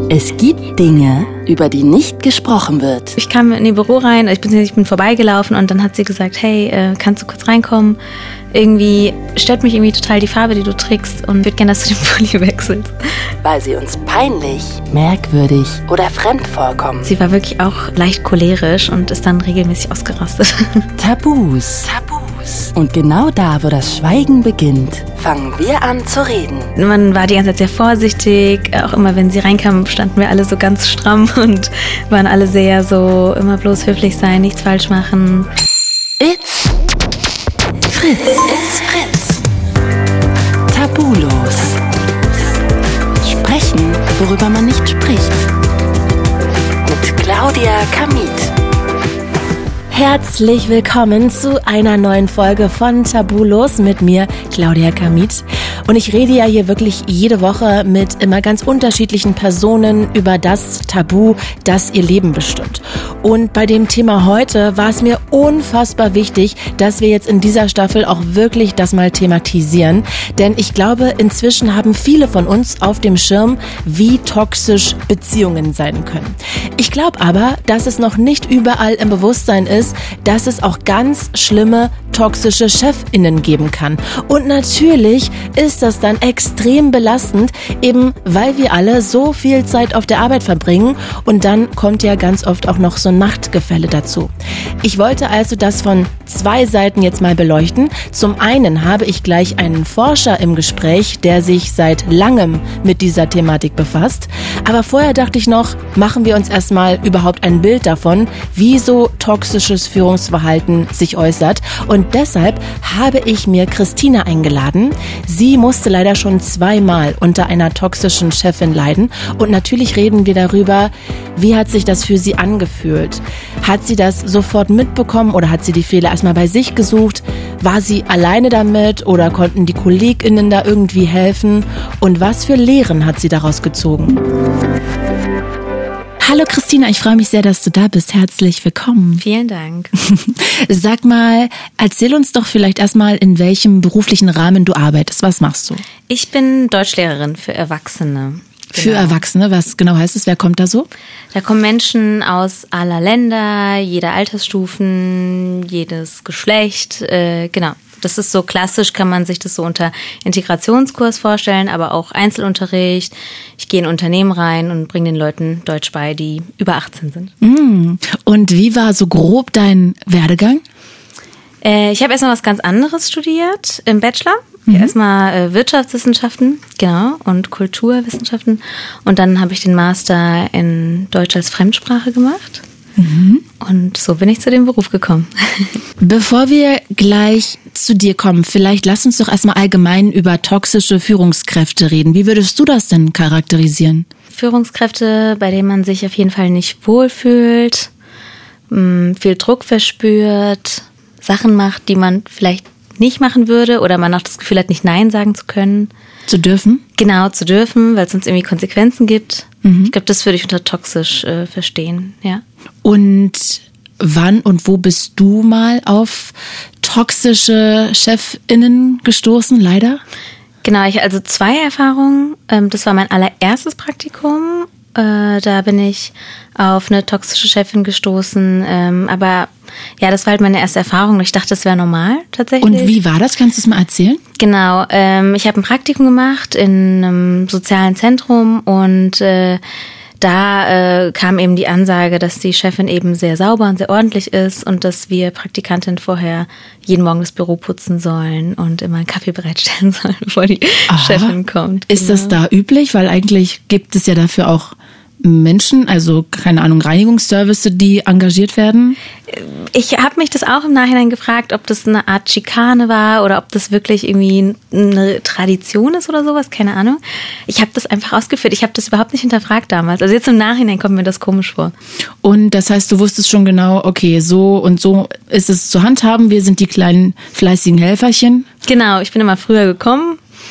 Es gibt Dinge, über die nicht gesprochen wird. Ich kam in ihr Büro rein, ich bin vorbeigelaufen und dann hat sie gesagt, hey, kannst du kurz reinkommen? Irgendwie stört mich irgendwie total die Farbe, die du trägst und würde gerne, dass du den Pulli wechselst. Weil sie uns peinlich, merkwürdig oder fremd vorkommen. Sie war wirklich auch leicht cholerisch und ist dann regelmäßig ausgerastet. Tabus. Und genau da, wo das Schweigen beginnt, fangen wir an zu reden. Man war die ganze Zeit sehr vorsichtig. Auch immer, wenn sie reinkam, standen wir alle so ganz stramm und waren alle sehr so, immer bloß höflich sein, nichts falsch machen. It's Fritz. Tabulos. Sprechen, worüber man nicht spricht. Mit Claudia Kamit. Herzlich willkommen zu einer neuen Folge von Tabulos mit mir, Claudia Kamit. Und ich rede ja hier wirklich jede Woche mit immer ganz unterschiedlichen Personen über das Tabu, das ihr Leben bestimmt. Und bei dem Thema heute war es mir unfassbar wichtig, dass wir jetzt in dieser Staffel auch wirklich das mal thematisieren. Denn ich glaube, inzwischen haben viele von uns auf dem Schirm, wie toxisch Beziehungen sein können. Ich glaube aber, dass es noch nicht überall im Bewusstsein ist, dass es auch ganz schlimme toxische ChefInnen geben kann. Und natürlich ist das dann extrem belastend, eben weil wir alle so viel Zeit auf der Arbeit verbringen und dann kommt ja ganz oft auch noch so ein Machtgefälle dazu. Ich wollte also das von zwei Seiten jetzt mal beleuchten. Zum einen habe ich gleich einen Forscher im Gespräch, der sich seit langem mit dieser Thematik befasst. Aber vorher dachte ich noch, machen wir uns erstmal überhaupt ein Bild davon, wie so toxisches Führungsverhalten sich äußert. Und deshalb habe ich mir Christina eingeladen. Sie musste leider schon zweimal unter einer toxischen Chefin leiden. Und natürlich reden wir darüber, wie hat sich das für sie angefühlt? Hat sie das sofort mitbekommen oder hat sie die Fehler erstmal bei sich gesucht? War sie alleine damit oder konnten die KollegInnen da irgendwie helfen? Und was für Lehren hat sie daraus gezogen? Hallo Christina, ich freue mich sehr, dass du da bist. Herzlich willkommen. Vielen Dank. Sag mal, erzähl uns doch vielleicht erstmal, in welchem beruflichen Rahmen du arbeitest. Was machst du? Ich bin Deutschlehrerin für Erwachsene. Für Erwachsene, was genau heißt es? Wer kommt da so? Da kommen Menschen aus aller Länder, jeder Altersstufen, jedes Geschlecht, genau. Das ist so klassisch, kann man sich das so unter Integrationskurs vorstellen, aber auch Einzelunterricht. Ich gehe in Unternehmen rein und bringe den Leuten Deutsch bei, die über 18 sind. Und wie war so grob dein Werdegang? Ich habe erstmal was ganz anderes studiert im Bachelor. Erstmal Wirtschaftswissenschaften, genau, und Kulturwissenschaften. Und dann habe ich den Master in Deutsch als Fremdsprache gemacht. Und so bin ich zu dem Beruf gekommen. Bevor wir gleich zu dir kommen, vielleicht lass uns doch erstmal allgemein über toxische Führungskräfte reden. Wie würdest du das denn charakterisieren? Führungskräfte, bei denen man sich auf jeden Fall nicht wohlfühlt, viel Druck verspürt, Sachen macht, die man vielleicht nicht machen würde oder man auch das Gefühl hat, nicht Nein sagen zu können. Zu dürfen? Genau, zu dürfen, weil es sonst irgendwie Konsequenzen gibt. Ich glaube, das würde ich unter toxisch verstehen, ja. Und wann und wo bist du mal auf toxische ChefInnen gestoßen, leider? Genau, ich also 2 Erfahrungen. Das war mein allererstes Praktikum. Da bin ich auf eine toxische Chefin gestoßen. Aber ja, das war halt meine erste Erfahrung. Ich dachte, das wäre normal tatsächlich. Und wie war das? Kannst du es mal erzählen? Genau, ich habe ein Praktikum gemacht in einem sozialen Zentrum und da kam eben die Ansage, dass die Chefin eben sehr sauber und sehr ordentlich ist und dass wir Praktikantinnen vorher jeden Morgen das Büro putzen sollen und immer einen Kaffee bereitstellen sollen, bevor die Chefin kommt. Ist das da üblich? Weil eigentlich gibt es ja dafür auch Menschen, also keine Ahnung, Reinigungsservice, die engagiert werden? Ich habe mich das auch im Nachhinein gefragt, ob das eine Art Schikane war oder ob das wirklich irgendwie eine Tradition ist oder sowas, keine Ahnung. Ich habe das einfach ausgeführt, ich habe das überhaupt nicht hinterfragt damals. Also jetzt im Nachhinein kommt mir das komisch vor. Und das heißt, du wusstest schon genau, okay, so und so ist es zu handhaben, wir sind die kleinen fleißigen Helferchen? Genau, ich bin immer früher gekommen,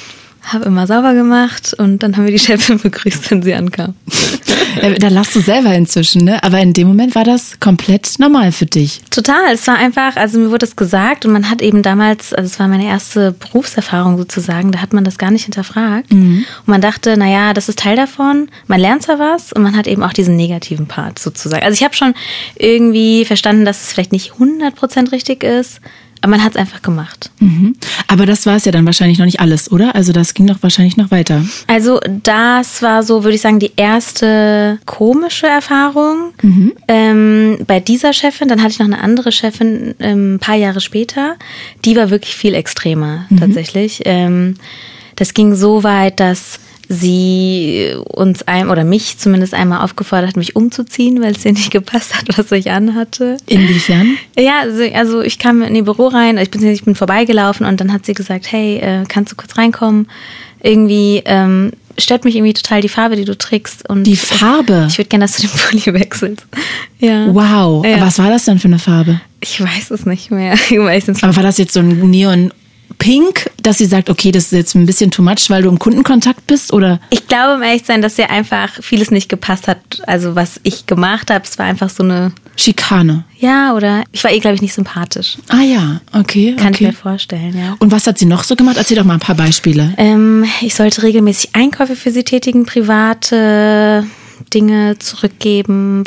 habe immer sauber gemacht und dann haben wir die Chefin begrüßt, wenn sie ankam. Da lachst du selber inzwischen, ne? Aber in dem Moment war das komplett normal für dich. Total, es war einfach, also mir wurde es gesagt und man hat eben damals, also es war meine erste Berufserfahrung sozusagen, da hat man das gar nicht hinterfragt. Und man dachte, naja, das ist Teil davon, man lernt zwar was und man hat eben auch diesen negativen Part sozusagen. Also ich habe schon irgendwie verstanden, dass es vielleicht nicht 100% richtig ist, aber man hat es einfach gemacht. Aber das war es ja dann wahrscheinlich noch nicht alles, oder? Also das ging doch wahrscheinlich noch weiter. Also das war so, würde ich sagen, die erste komische Erfahrung bei dieser Chefin. Dann hatte ich noch eine andere Chefin ein paar Jahre später. Die war wirklich viel extremer tatsächlich. Das ging so weit, dass sie uns oder mich zumindest einmal aufgefordert hat, mich umzuziehen, weil es ihr nicht gepasst hat, was ich anhatte. Inwiefern? Ja, also ich kam in ihr Büro rein, ich bin vorbeigelaufen und dann hat sie gesagt, hey, kannst du kurz reinkommen? Irgendwie stört mich irgendwie total die Farbe, die du trägst. Und die Farbe? Ich würde gerne, dass du den Pulli wechselst. Ja. Wow, ja. Was war das denn für eine Farbe? Ich weiß es nicht mehr. Aber war das jetzt so ein Neon Pink, dass sie sagt, okay, das ist jetzt ein bisschen too much, weil du im Kundenkontakt bist, oder? Ich glaube, um ehrlich zu sein, dass ihr einfach vieles nicht gepasst hat. Also was ich gemacht habe, es war einfach so eine Schikane. Ja, oder ich war glaube ich, nicht sympathisch. Ah ja, okay. Kann ich mir vorstellen, ja. Und was hat sie noch so gemacht? Erzähl doch mal ein paar Beispiele. Ich sollte regelmäßig Einkäufe für sie tätigen, private Dinge zurückgeben,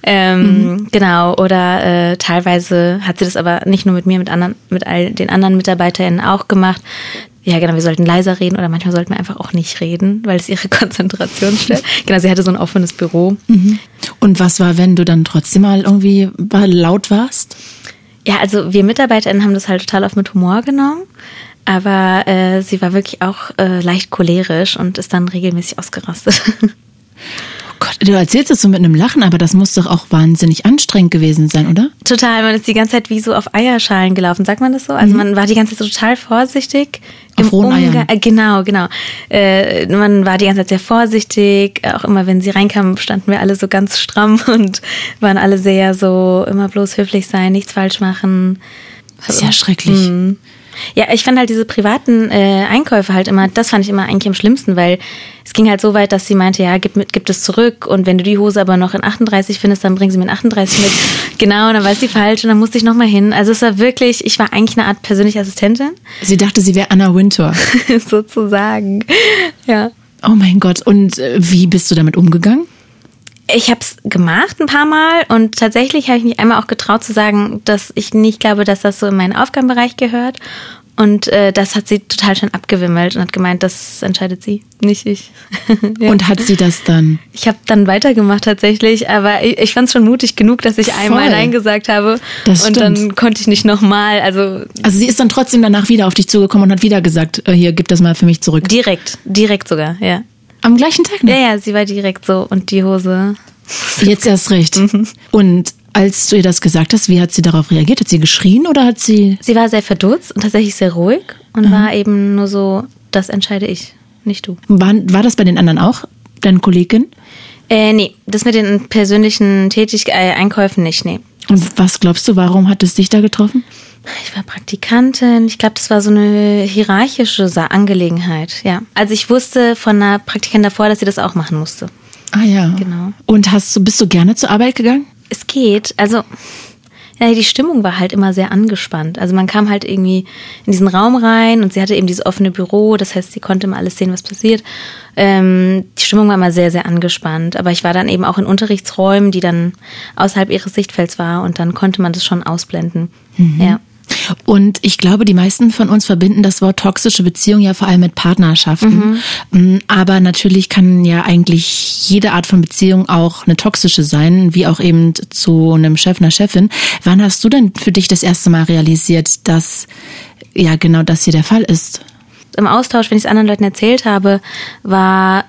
genau, oder teilweise hat sie das aber nicht nur mit mir, mit all den anderen MitarbeiterInnen auch gemacht. Ja, genau, wir sollten leiser reden oder manchmal sollten wir einfach auch nicht reden, weil es ihre Konzentration stört. Genau, sie hatte so ein offenes Büro. Und was war, wenn du dann trotzdem mal irgendwie laut warst? Ja, also wir MitarbeiterInnen haben das halt total oft mit Humor genommen. Aber sie war wirklich auch leicht cholerisch und ist dann regelmäßig ausgerastet. Oh Gott, du erzählst es so mit einem Lachen, aber das muss doch auch wahnsinnig anstrengend gewesen sein, oder? Total, man ist die ganze Zeit wie so auf Eierschalen gelaufen, sagt man das so? Also man war die ganze Zeit so total vorsichtig. Auf rohen Eiern. Genau. Man war die ganze Zeit sehr vorsichtig. Auch immer, wenn sie reinkamen, standen wir alle so ganz stramm und waren alle sehr so, immer bloß höflich sein, nichts falsch machen. Das ist ja schrecklich. Ja, ich fand halt diese privaten Einkäufe halt immer, das fand ich immer eigentlich am schlimmsten, weil es ging halt so weit, dass sie meinte, ja, gib es zurück und wenn du die Hose aber noch in 38 findest, dann bring sie mir in 38 mit. Genau, und dann war es die falsch und dann musste ich nochmal hin. Also es war wirklich, ich war eigentlich eine Art persönliche Assistentin. Sie dachte, sie wäre Anna Wintour. Sozusagen, ja. Oh mein Gott, und wie bist du damit umgegangen? Ich habe es gemacht ein paar Mal und tatsächlich habe ich mich einmal auch getraut zu sagen, dass ich nicht glaube, dass das so in meinen Aufgabenbereich gehört. Und das hat sie total schön abgewimmelt und hat gemeint, das entscheidet sie, nicht ich. Ja. Und hat sie das dann? Ich habe dann weitergemacht tatsächlich, aber ich fand es schon mutig genug, dass ich einmal Nein gesagt habe. Das und stimmt. Dann konnte ich nicht nochmal. Also sie ist dann trotzdem danach wieder auf dich zugekommen und hat wieder gesagt, hier, gib das mal für mich zurück. Direkt sogar, ja. Am gleichen Tag noch? Ja, sie war direkt so und die Hose. Jetzt erst recht. Und als du ihr das gesagt hast, wie hat sie darauf reagiert? Hat sie geschrien oder hat sie... Sie war sehr verdutzt und tatsächlich sehr ruhig und war eben nur so, das entscheide ich, nicht du. War das bei den anderen auch, deinen Kolleginnen? Nee, das mit den persönlichen Einkäufen nicht, nee. Und was glaubst du, warum hat es dich da getroffen? Ich war Praktikantin. Ich glaube, das war so eine hierarchische Angelegenheit, ja. Also ich wusste von einer Praktikantin davor, dass sie das auch machen musste. Ah ja. Genau. Und bist du gerne zur Arbeit gegangen? Es geht. Also ja, die Stimmung war halt immer sehr angespannt. Also man kam halt irgendwie in diesen Raum rein und sie hatte eben dieses offene Büro. Das heißt, sie konnte immer alles sehen, was passiert. Die Stimmung war immer sehr, sehr angespannt. Aber ich war dann eben auch in Unterrichtsräumen, die dann außerhalb ihres Sichtfelds war. Und dann konnte man das schon ausblenden. Ja. Und ich glaube, die meisten von uns verbinden das Wort toxische Beziehung ja vor allem mit Partnerschaften. Aber natürlich kann ja eigentlich jede Art von Beziehung auch eine toxische sein, wie auch eben zu einem Chef, einer Chefin. Wann hast du denn für dich das erste Mal realisiert, dass ja genau das hier der Fall ist? Im Austausch, wenn ich es anderen Leuten erzählt habe, war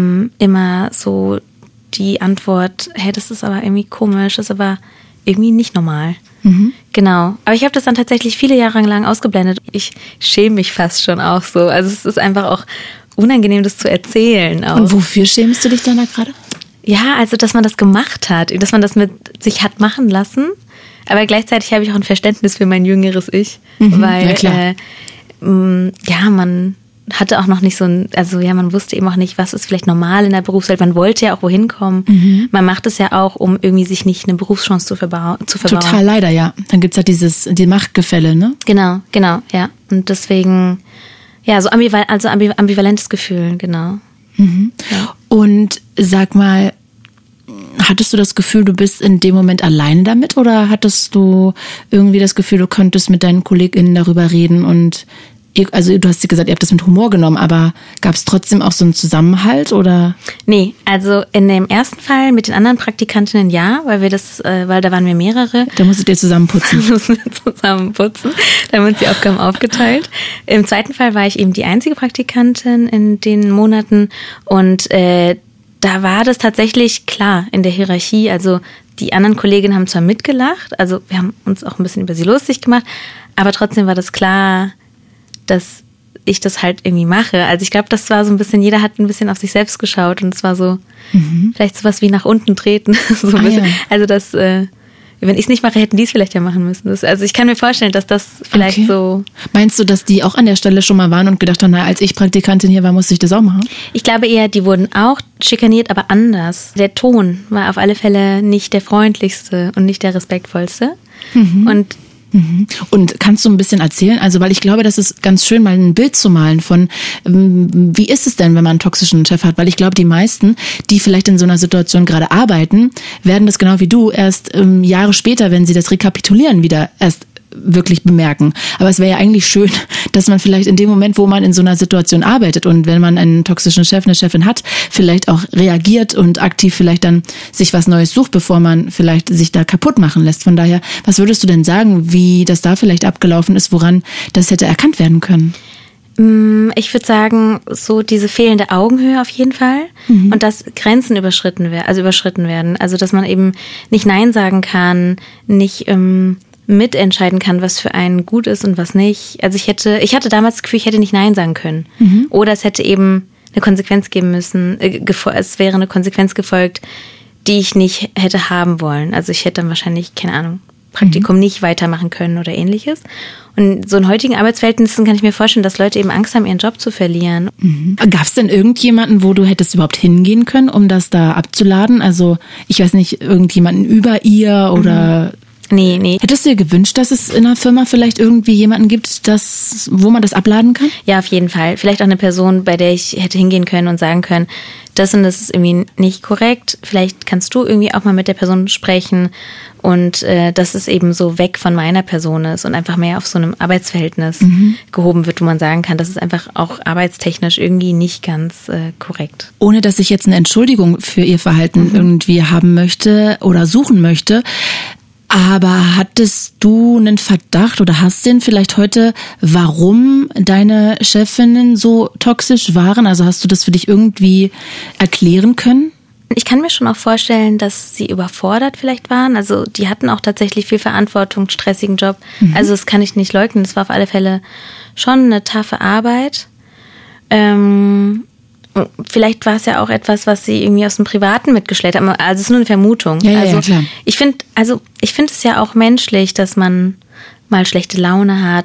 immer so die Antwort, hey, das ist aber irgendwie komisch, das ist aber irgendwie nicht normal. Genau. Aber ich habe das dann tatsächlich viele Jahre lang ausgeblendet. Ich schäme mich fast schon auch so. Also es ist einfach auch unangenehm, das zu erzählen. Auch. Und wofür schämst du dich dann da gerade? Ja, also dass man das gemacht hat, dass man das mit sich hat machen lassen. Aber gleichzeitig habe ich auch ein Verständnis für mein jüngeres Ich. Weil, ja, klar. man hatte auch noch nicht so man wusste eben auch nicht, was ist vielleicht normal in der Berufswelt. Man wollte ja auch wohin kommen. Man macht es ja auch, um irgendwie sich nicht eine Berufschance zu verbauen. Total leider, ja. Dann gibt's ja die Machtgefälle, ne? Genau, ja. Und deswegen, ja, so ambivalentes Gefühl, genau. Ja. Und sag mal, hattest du das Gefühl, du bist in dem Moment alleine damit oder hattest du irgendwie das Gefühl, du könntest mit deinen KollegInnen darüber reden und also du hast ja gesagt, ihr habt das mit Humor genommen, aber gab es trotzdem auch so einen Zusammenhalt oder? Nee, also in dem ersten Fall mit den anderen Praktikantinnen ja, weil da waren wir mehrere. Da musstet ihr zusammenputzen. Da haben uns die Aufgaben aufgeteilt. Im zweiten Fall war ich eben die einzige Praktikantin in den Monaten und da war das tatsächlich klar in der Hierarchie. Also die anderen Kolleginnen haben zwar mitgelacht, also wir haben uns auch ein bisschen über sie lustig gemacht, aber trotzdem war das klar, dass ich das halt irgendwie mache. Also ich glaube, das war so ein bisschen, jeder hat ein bisschen auf sich selbst geschaut und es war so vielleicht sowas wie nach unten treten. So ein bisschen. Ja. Also das, wenn ich es nicht mache, hätten die es vielleicht ja machen müssen. Also ich kann mir vorstellen, dass das vielleicht so... Meinst du, dass die auch an der Stelle schon mal waren und gedacht haben, als ich Praktikantin hier war, musste ich das auch machen? Ich glaube eher, die wurden auch schikaniert, aber anders. Der Ton war auf alle Fälle nicht der freundlichste und nicht der respektvollste. Und kannst du ein bisschen erzählen? Also, weil ich glaube, das ist ganz schön, mal ein Bild zu malen von, wie ist es denn, wenn man einen toxischen Chef hat? Weil ich glaube, die meisten, die vielleicht in so einer Situation gerade arbeiten, werden das genau wie du erst Jahre später, wenn sie das rekapitulieren, wieder erst wirklich bemerken. Aber es wäre ja eigentlich schön, dass man vielleicht in dem Moment, wo man in so einer Situation arbeitet und wenn man einen toxischen Chef, eine Chefin hat, vielleicht auch reagiert und aktiv vielleicht dann sich was Neues sucht, bevor man vielleicht sich da kaputt machen lässt. Von daher, was würdest du denn sagen, wie das da vielleicht abgelaufen ist, woran das hätte erkannt werden können? Ich würde sagen, so diese fehlende Augenhöhe auf jeden Fall und dass Grenzen überschritten werden. Also dass man eben nicht Nein sagen kann, nicht mitentscheiden kann, was für einen gut ist und was nicht. Also ich hatte damals das Gefühl, ich hätte nicht Nein sagen können. Oder es hätte eben eine Konsequenz geben müssen, es wäre eine Konsequenz gefolgt, die ich nicht hätte haben wollen. Also ich hätte dann wahrscheinlich, keine Ahnung, Praktikum nicht weitermachen können oder ähnliches. Und so in heutigen Arbeitsverhältnissen kann ich mir vorstellen, dass Leute eben Angst haben, ihren Job zu verlieren. Gab es denn irgendjemanden, wo du hättest überhaupt hingehen können, um das da abzuladen? Also ich weiß nicht, irgendjemanden über ihr oder... Nee. Hättest du dir gewünscht, dass es in einer Firma vielleicht irgendwie jemanden gibt, wo man das abladen kann? Ja, auf jeden Fall. Vielleicht auch eine Person, bei der ich hätte hingehen können und sagen können, das und das ist irgendwie nicht korrekt. Vielleicht kannst du irgendwie auch mal mit der Person sprechen und dass es eben so weg von meiner Person ist und einfach mehr auf so einem Arbeitsverhältnis gehoben wird, wo man sagen kann, das ist einfach auch arbeitstechnisch irgendwie nicht ganz korrekt. Ohne dass ich jetzt eine Entschuldigung für ihr Verhalten irgendwie haben möchte oder suchen möchte, aber hattest du einen Verdacht oder hast du den vielleicht heute, warum deine Chefinnen so toxisch waren? Also hast du das für dich irgendwie erklären können? Ich kann mir schon auch vorstellen, dass sie überfordert vielleicht waren. Also die hatten auch tatsächlich viel Verantwortung, stressigen Job. Also das kann ich nicht leugnen. Das war auf alle Fälle schon eine taffe Arbeit. Vielleicht war es ja auch etwas, was sie irgendwie aus dem Privaten mitgeschleppt haben. Also es ist nur eine Vermutung. Ja, klar. Ich finde es ja auch menschlich, dass man mal schlechte Laune hat.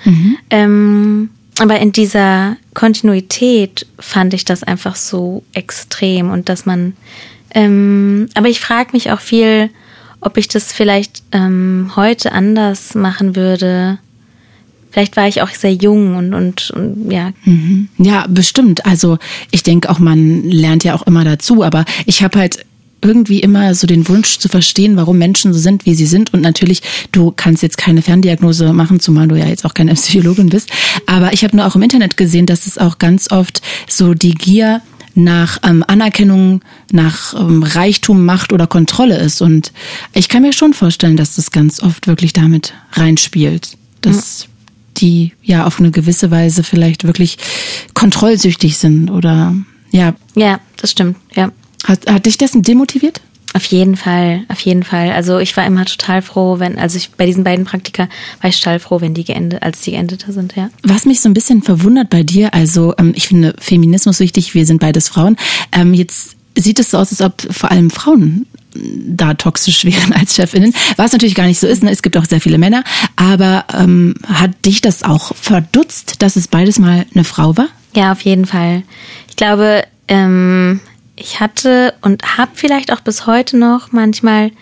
Aber in dieser Kontinuität fand ich das einfach so extrem und dass man. Aber ich frage mich auch viel, ob ich das vielleicht heute anders machen würde. Vielleicht war ich auch sehr jung und ja. Ja, bestimmt. Also ich denke auch, man lernt ja auch immer dazu. Aber ich habe halt irgendwie immer so den Wunsch zu verstehen, warum Menschen so sind, wie sie sind. Und natürlich, du kannst jetzt keine Ferndiagnose machen, zumal du ja jetzt auch keine Psychologin bist. Aber ich habe nur auch im Internet gesehen, dass es auch ganz oft so die Gier nach Anerkennung, nach Reichtum, Macht oder Kontrolle ist. Und ich kann mir schon vorstellen, dass das ganz oft wirklich damit reinspielt. Dass die ja auf eine gewisse Weise vielleicht wirklich kontrollsüchtig sind oder ja. Ja, das stimmt, ja. Hat dich das demotiviert? Auf jeden Fall. Also ich war immer total froh, bei diesen beiden Praktika war ich total froh, als die geendet sind, ja. Was mich so ein bisschen verwundert bei dir, also ich finde Feminismus wichtig, wir sind beides Frauen. Jetzt sieht es so aus, als ob vor allem Frauen da toxisch wären als Chefinnen, was natürlich gar nicht so ist, ne? Es gibt auch sehr viele Männer, aber hat dich das auch verdutzt, dass es beides mal eine Frau war? Ja, auf jeden Fall. Ich glaube, ich hatte und habe vielleicht auch bis heute noch manchmal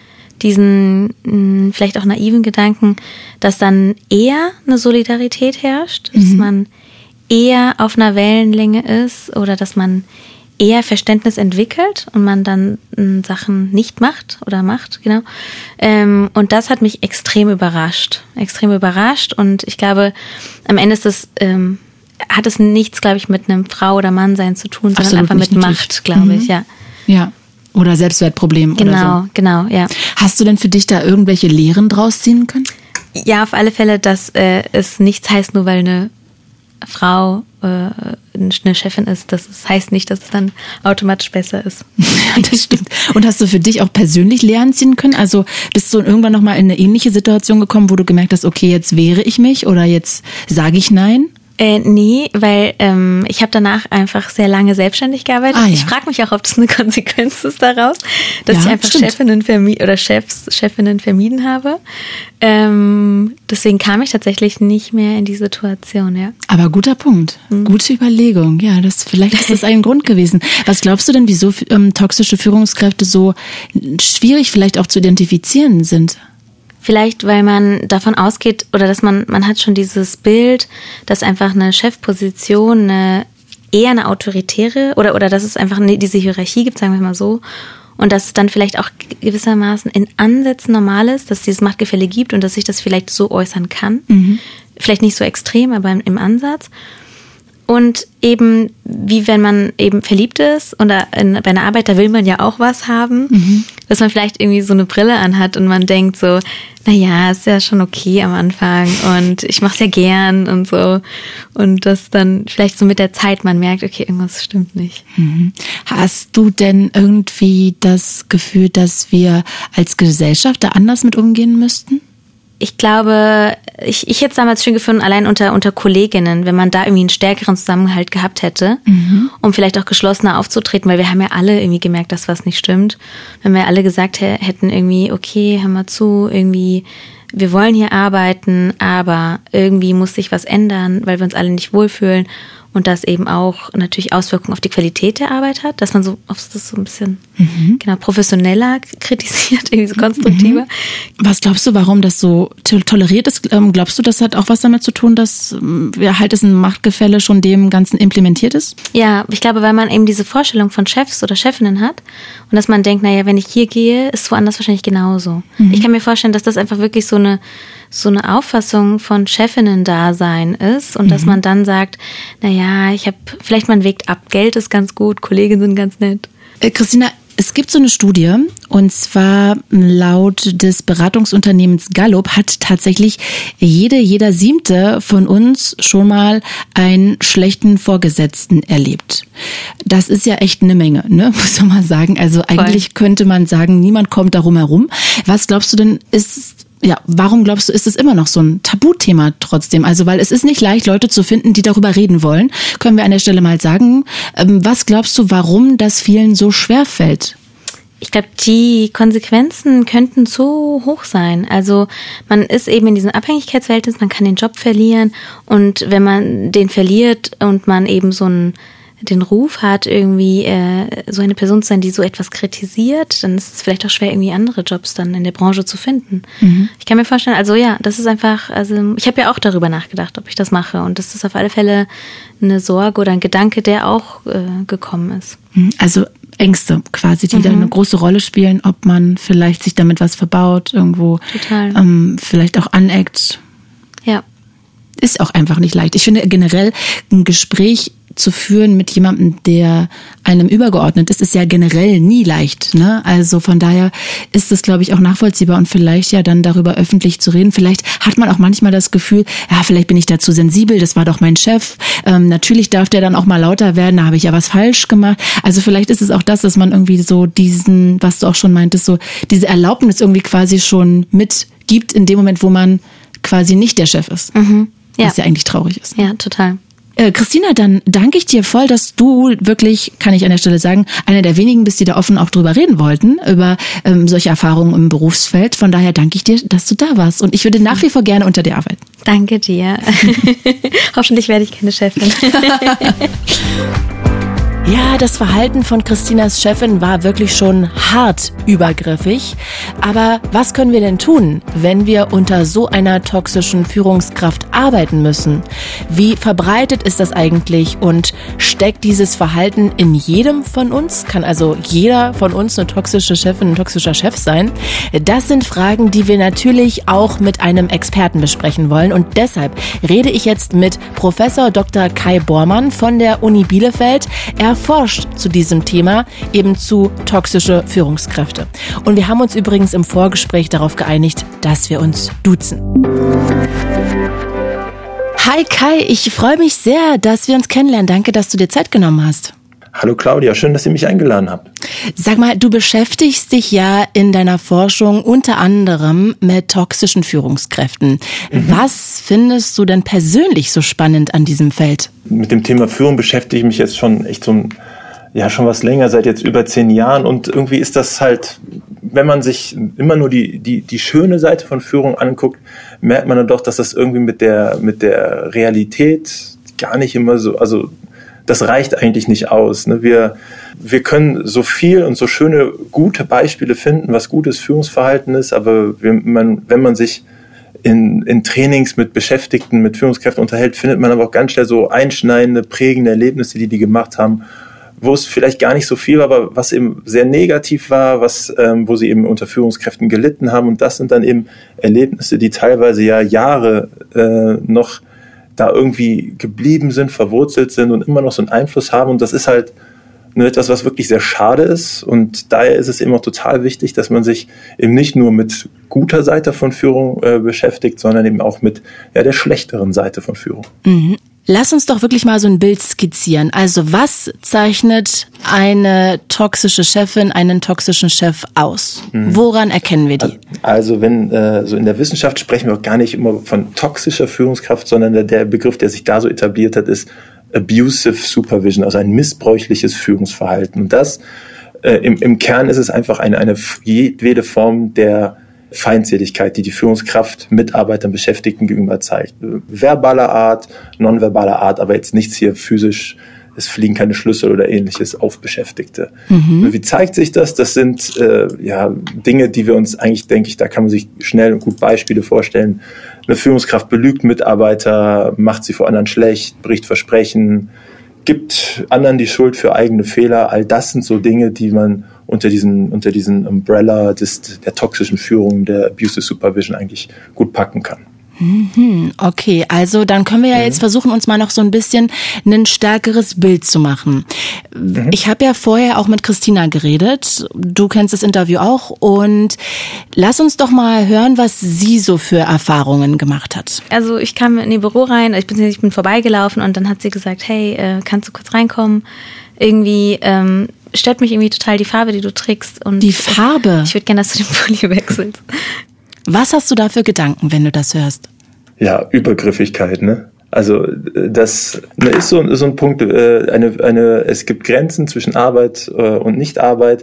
diesen vielleicht auch naiven Gedanken, dass dann eher eine Solidarität herrscht, dass man eher auf einer Wellenlänge ist oder dass man eher Verständnis entwickelt und man dann Sachen nicht macht oder macht, genau. Und das hat mich extrem überrascht und ich glaube, am Ende ist es, hat es nichts, glaube ich, mit einem Frau- oder Mann-Sein zu tun, sondern Absolut einfach mit nicht, Macht, glaube ich, ja. Ja, oder Selbstwertproblem oder so. Genau, ja. Hast du denn für dich da irgendwelche Lehren draus ziehen können? Ja, auf alle Fälle, dass es nichts heißt, nur weil eine Frau eine Chefin ist, das heißt nicht, dass es dann automatisch besser ist. Ja, das stimmt. Und hast du für dich auch persönlich Lehren ziehen können? Also bist du irgendwann nochmal in eine ähnliche Situation gekommen, wo du gemerkt hast, okay, jetzt wehre ich mich oder jetzt sage ich nein? Nee, weil ich habe danach einfach sehr lange selbstständig gearbeitet. Ah, ja. Ich frage mich auch, ob das eine Konsequenz ist daraus, dass Ja, ich einfach stimmt. Chefinnen vermieden habe. Deswegen kam ich tatsächlich nicht mehr in die Situation, ja. Aber guter Punkt. Gute Überlegung. Ja, vielleicht ist das ein Grund gewesen. Was glaubst du denn, wieso toxische Führungskräfte so schwierig vielleicht auch zu identifizieren sind? Vielleicht, weil man davon ausgeht oder dass man hat schon dieses Bild, dass einfach eine Chefposition eher eine autoritäre oder dass es einfach diese Hierarchie gibt, sagen wir mal so. Und dass es dann vielleicht auch gewissermaßen in Ansätzen normal ist, dass es dieses Machtgefälle gibt und dass sich das vielleicht so äußern kann. Vielleicht nicht so extrem, aber im Ansatz. Und eben, wie wenn man eben verliebt ist oder bei einer Arbeit, da will man ja auch was haben, dass man vielleicht irgendwie so eine Brille anhat und man denkt so, naja, ist ja schon okay am Anfang und ich mach's ja gern und so. Und dass dann vielleicht so mit der Zeit man merkt, okay, irgendwas stimmt nicht. Hast du denn irgendwie das Gefühl, dass wir als Gesellschaft da anders mit umgehen müssten? Ich glaube, ich hätte es damals schön gefunden, allein unter Kolleginnen, wenn man da irgendwie einen stärkeren Zusammenhalt gehabt hätte, um vielleicht auch geschlossener aufzutreten, weil wir haben ja alle irgendwie gemerkt, dass was nicht stimmt. Wenn wir alle gesagt hätten irgendwie, okay, hör mal zu, irgendwie, wir wollen hier arbeiten, aber irgendwie muss sich was ändern, weil wir uns alle nicht wohlfühlen und das eben auch natürlich Auswirkungen auf die Qualität der Arbeit hat, dass man das so ein bisschen professioneller kritisiert, irgendwie so konstruktiver. Was glaubst du, warum das so toleriert ist? Glaubst du, das hat auch was damit zu tun, dass halt es ein Machtgefälle schon dem Ganzen implementiert ist? Ja, ich glaube, weil man eben diese Vorstellung von Chefs oder Chefinnen hat und dass man denkt, naja, wenn ich hier gehe, ist es woanders wahrscheinlich genauso. Ich kann mir vorstellen, dass das einfach wirklich so eine Auffassung von Chefinnen-Dasein ist und dass man dann sagt, naja, vielleicht man wägt ab, Geld ist ganz gut, Kolleginnen sind ganz nett. Christina, es gibt so eine Studie, und zwar laut des Beratungsunternehmens Gallup hat tatsächlich jeder 7. von uns schon mal einen schlechten Vorgesetzten erlebt. Das ist ja echt eine Menge, ne? Muss man mal sagen. Also eigentlich könnte man sagen, niemand kommt darum herum. Was glaubst du denn, warum glaubst du, ist es immer noch so ein Tabuthema trotzdem? Also, weil es ist nicht leicht, Leute zu finden, die darüber reden wollen. Können wir an der Stelle mal sagen, was glaubst du, warum das vielen so schwer fällt? Ich glaube, die Konsequenzen könnten so hoch sein. Also man ist eben in diesem Abhängigkeitsverhältnis, man kann den Job verlieren und wenn man den verliert und man eben den Ruf hat, irgendwie so eine Person zu sein, die so etwas kritisiert, dann ist es vielleicht auch schwer, irgendwie andere Jobs dann in der Branche zu finden. Ich kann mir vorstellen, also ja, das ist einfach, also ich habe ja auch darüber nachgedacht, ob ich das mache und das ist auf alle Fälle eine Sorge oder ein Gedanke, der auch gekommen ist. Also Ängste quasi, die da eine große Rolle spielen, ob man vielleicht sich damit was verbaut, irgendwo vielleicht auch aneckt. Ja. Ist auch einfach nicht leicht. Ich finde generell ein Gespräch zu führen mit jemandem, der einem übergeordnet ist ja generell nie leicht, ne? Also von daher ist es, glaube ich, auch nachvollziehbar und vielleicht ja dann darüber öffentlich zu reden. Vielleicht hat man auch manchmal das Gefühl, ja, vielleicht bin ich da zu sensibel, das war doch mein Chef. Natürlich darf der dann auch mal lauter werden, da habe ich ja was falsch gemacht. Also vielleicht ist es auch das, dass man irgendwie so diesen, was du auch schon meintest, so diese Erlaubnis irgendwie quasi schon mitgibt in dem Moment, wo man quasi nicht der Chef ist. Ja. Was ja eigentlich traurig ist. Ja, total. Christina, dann danke ich dir voll, dass du wirklich, kann ich an der Stelle sagen, einer der wenigen bist, die da offen auch drüber reden wollten, über solche Erfahrungen im Berufsfeld. Von daher danke ich dir, dass du da warst. Und ich würde nach wie vor gerne unter dir arbeiten. Danke dir. Hoffentlich werde ich keine Chefin. Ja, das Verhalten von Christinas Chefin war wirklich schon hart übergriffig. Aber was können wir denn tun, wenn wir unter so einer toxischen Führungskraft arbeiten müssen? Wie verbreitet ist das eigentlich und steckt dieses Verhalten in jedem von uns? Kann also jeder von uns eine toxische Chefin, ein toxischer Chef sein? Das sind Fragen, die wir natürlich auch mit einem Experten besprechen wollen. Und deshalb rede ich jetzt mit Professor Dr. Kai Bormann von der Uni Bielefeld. Er forscht zu diesem Thema, eben zu toxische Führungskräfte. Und wir haben uns übrigens im Vorgespräch darauf geeinigt, dass wir uns duzen. Hi Kai, ich freue mich sehr, dass wir uns kennenlernen. Danke, dass du dir Zeit genommen hast. Hallo Claudia, schön, dass ihr mich eingeladen habt. Sag mal, du beschäftigst dich ja in deiner Forschung unter anderem mit toxischen Führungskräften. Was findest du denn persönlich so spannend an diesem Feld? Mit dem Thema Führung beschäftige ich mich jetzt schon echt schon was länger, seit jetzt über 10 Jahren. Und irgendwie ist das halt, wenn man sich immer nur die schöne Seite von Führung anguckt, merkt man dann doch, dass das irgendwie mit der Realität gar nicht immer so, also das reicht eigentlich nicht aus. Ne? Wir können so viel und so schöne, gute Beispiele finden, was gutes Führungsverhalten ist, aber wenn man sich in Trainings mit Beschäftigten, mit Führungskräften unterhält, findet man aber auch ganz schnell so einschneidende, prägende Erlebnisse, die gemacht haben, wo es vielleicht gar nicht so viel war, aber was eben sehr negativ war, wo sie eben unter Führungskräften gelitten haben. Und das sind dann eben Erlebnisse, die teilweise ja Jahre noch da irgendwie geblieben sind, verwurzelt sind und immer noch so einen Einfluss haben. Und das ist halt etwas, was wirklich sehr schade ist. Und daher ist es eben auch total wichtig, dass man sich eben nicht nur mit guter Seite von Führung beschäftigt, sondern eben auch mit der schlechteren Seite von Führung. Mhm. Lass uns doch wirklich mal so ein Bild skizzieren. Also was zeichnet eine toxische Chefin, einen toxischen Chef aus? Woran erkennen wir die? Also so in der Wissenschaft sprechen wir auch gar nicht immer von toxischer Führungskraft, sondern der Begriff, der sich da so etabliert hat, ist Abusive Supervision, also ein missbräuchliches Führungsverhalten. Und das im Kern ist es einfach eine jedwede Form der Feindseligkeit, die Führungskraft Mitarbeitern, Beschäftigten gegenüber zeigt. Verbaler Art, nonverbaler Art, aber jetzt nichts hier physisch, es fliegen keine Schlüssel oder ähnliches auf Beschäftigte. Wie zeigt sich das? Das sind Dinge, die wir uns eigentlich, denke ich, da kann man sich schnell und gut Beispiele vorstellen. Eine Führungskraft belügt Mitarbeiter, macht sie vor anderen schlecht, bricht Versprechen, gibt anderen die Schuld für eigene Fehler. All das sind so Dinge, die man unter diesen Umbrella der toxischen Führung, der Abusive Supervision eigentlich gut packen kann. Okay, also dann können wir ja jetzt versuchen, uns mal noch so ein bisschen ein stärkeres Bild zu machen. Ich habe ja vorher auch mit Christina geredet, du kennst das Interview auch, und lass uns doch mal hören, was sie so für Erfahrungen gemacht hat. Also ich kam in ihr Büro rein, ich bin vorbeigelaufen und dann hat sie gesagt, hey, kannst du kurz reinkommen? Irgendwie stört mich irgendwie total die Farbe, die du trägst. Und die Farbe? Ich würde gerne, dass du den Pulli wechselst. Was hast du da für Gedanken, wenn du das hörst? Ja, Übergriffigkeit, ne? Also das ist so ein Punkt, es gibt Grenzen zwischen Arbeit und Nichtarbeit.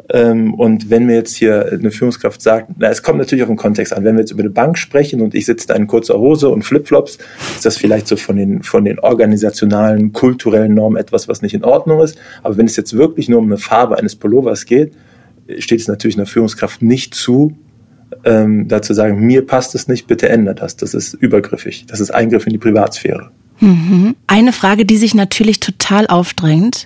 Und wenn mir jetzt hier eine Führungskraft sagt, es kommt natürlich auf den Kontext an, wenn wir jetzt über eine Bank sprechen und ich sitze da in kurzer Hose und Flipflops, ist das vielleicht so von den organisationalen, kulturellen Normen etwas, was nicht in Ordnung ist. Aber wenn es jetzt wirklich nur um eine Farbe eines Pullovers geht, steht es natürlich einer Führungskraft nicht zu, dazu sagen, mir passt es nicht, bitte ändert das. Das ist übergriffig. Das ist Eingriff in die Privatsphäre. Eine Frage, die sich natürlich total aufdrängt.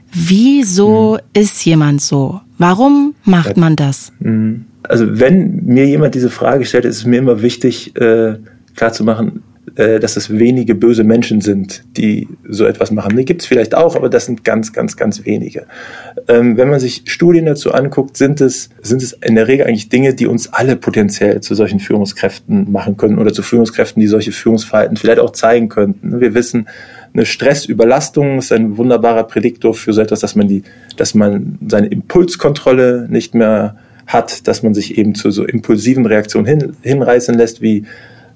Wieso ist jemand so? Warum macht man das? Also wenn mir jemand diese Frage stellt, ist es mir immer wichtig, klarzumachen, dass es wenige böse Menschen sind, die so etwas machen. Die gibt es vielleicht auch, aber das sind ganz, ganz, ganz wenige. Wenn man sich Studien dazu anguckt, sind es in der Regel eigentlich Dinge, die uns alle potenziell zu solchen Führungskräften machen können oder zu Führungskräften, die solche Führungsverhalten vielleicht auch zeigen könnten. Wir wissen, eine Stressüberlastung ist ein wunderbarer Prädiktor für so etwas, dass man seine Impulskontrolle nicht mehr hat, dass man sich eben zu so impulsiven Reaktionen hinreißen lässt, wie